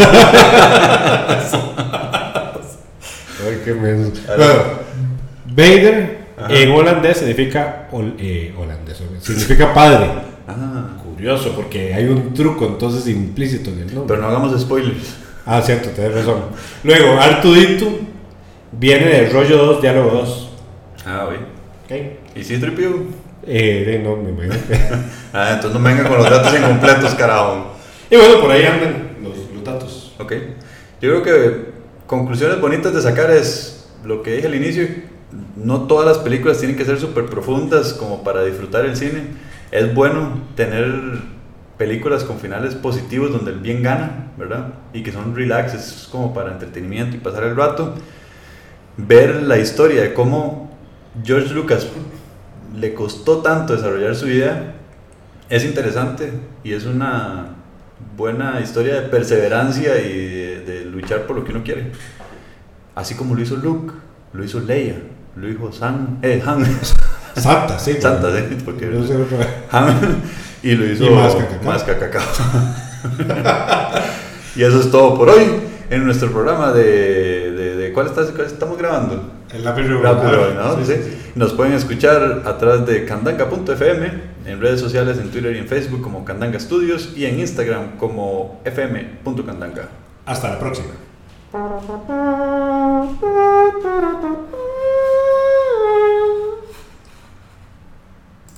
Ay, qué menso. Bueno, Vader, ajá, en holandés significa significa padre. Curioso, porque hay un truco entonces implícito en el nombre. Pero no hagamos spoilers. Cierto, tenés razón. Luego, R2D2 viene de Rollo 2, Diálogo 2. Oye. Okay. ¿Y C-3PO? No, me imagino. Entonces no vengan con los datos incompletos, carajo. Y bueno, por ahí andan los datos. Ok. Yo creo que conclusiones bonitas de sacar es lo que dije al inicio. No todas las películas tienen que ser súper profundas como para disfrutar el cine. Es bueno tener películas con finales positivos donde el bien gana, ¿verdad? Y que son relax, es como para entretenimiento y pasar el rato. Ver la historia de cómo George Lucas le costó tanto desarrollar su idea es interesante y es una buena historia de perseverancia y de luchar por lo que uno quiere. Así como lo hizo Luke, lo hizo Leia, lo hizo Han. Santa, sí. Santa, sí, porque no sé, Han, y lo hizo Masca Cacao. Y eso es todo por hoy en nuestro programa de ¿cuál estamos grabando? El Lápiz Revolver, ¿no? Sí. Nos pueden escuchar a través de candanga.fm, en redes sociales, en Twitter y en Facebook como Candanga Studios y en Instagram como fm.candanga. Hasta la próxima.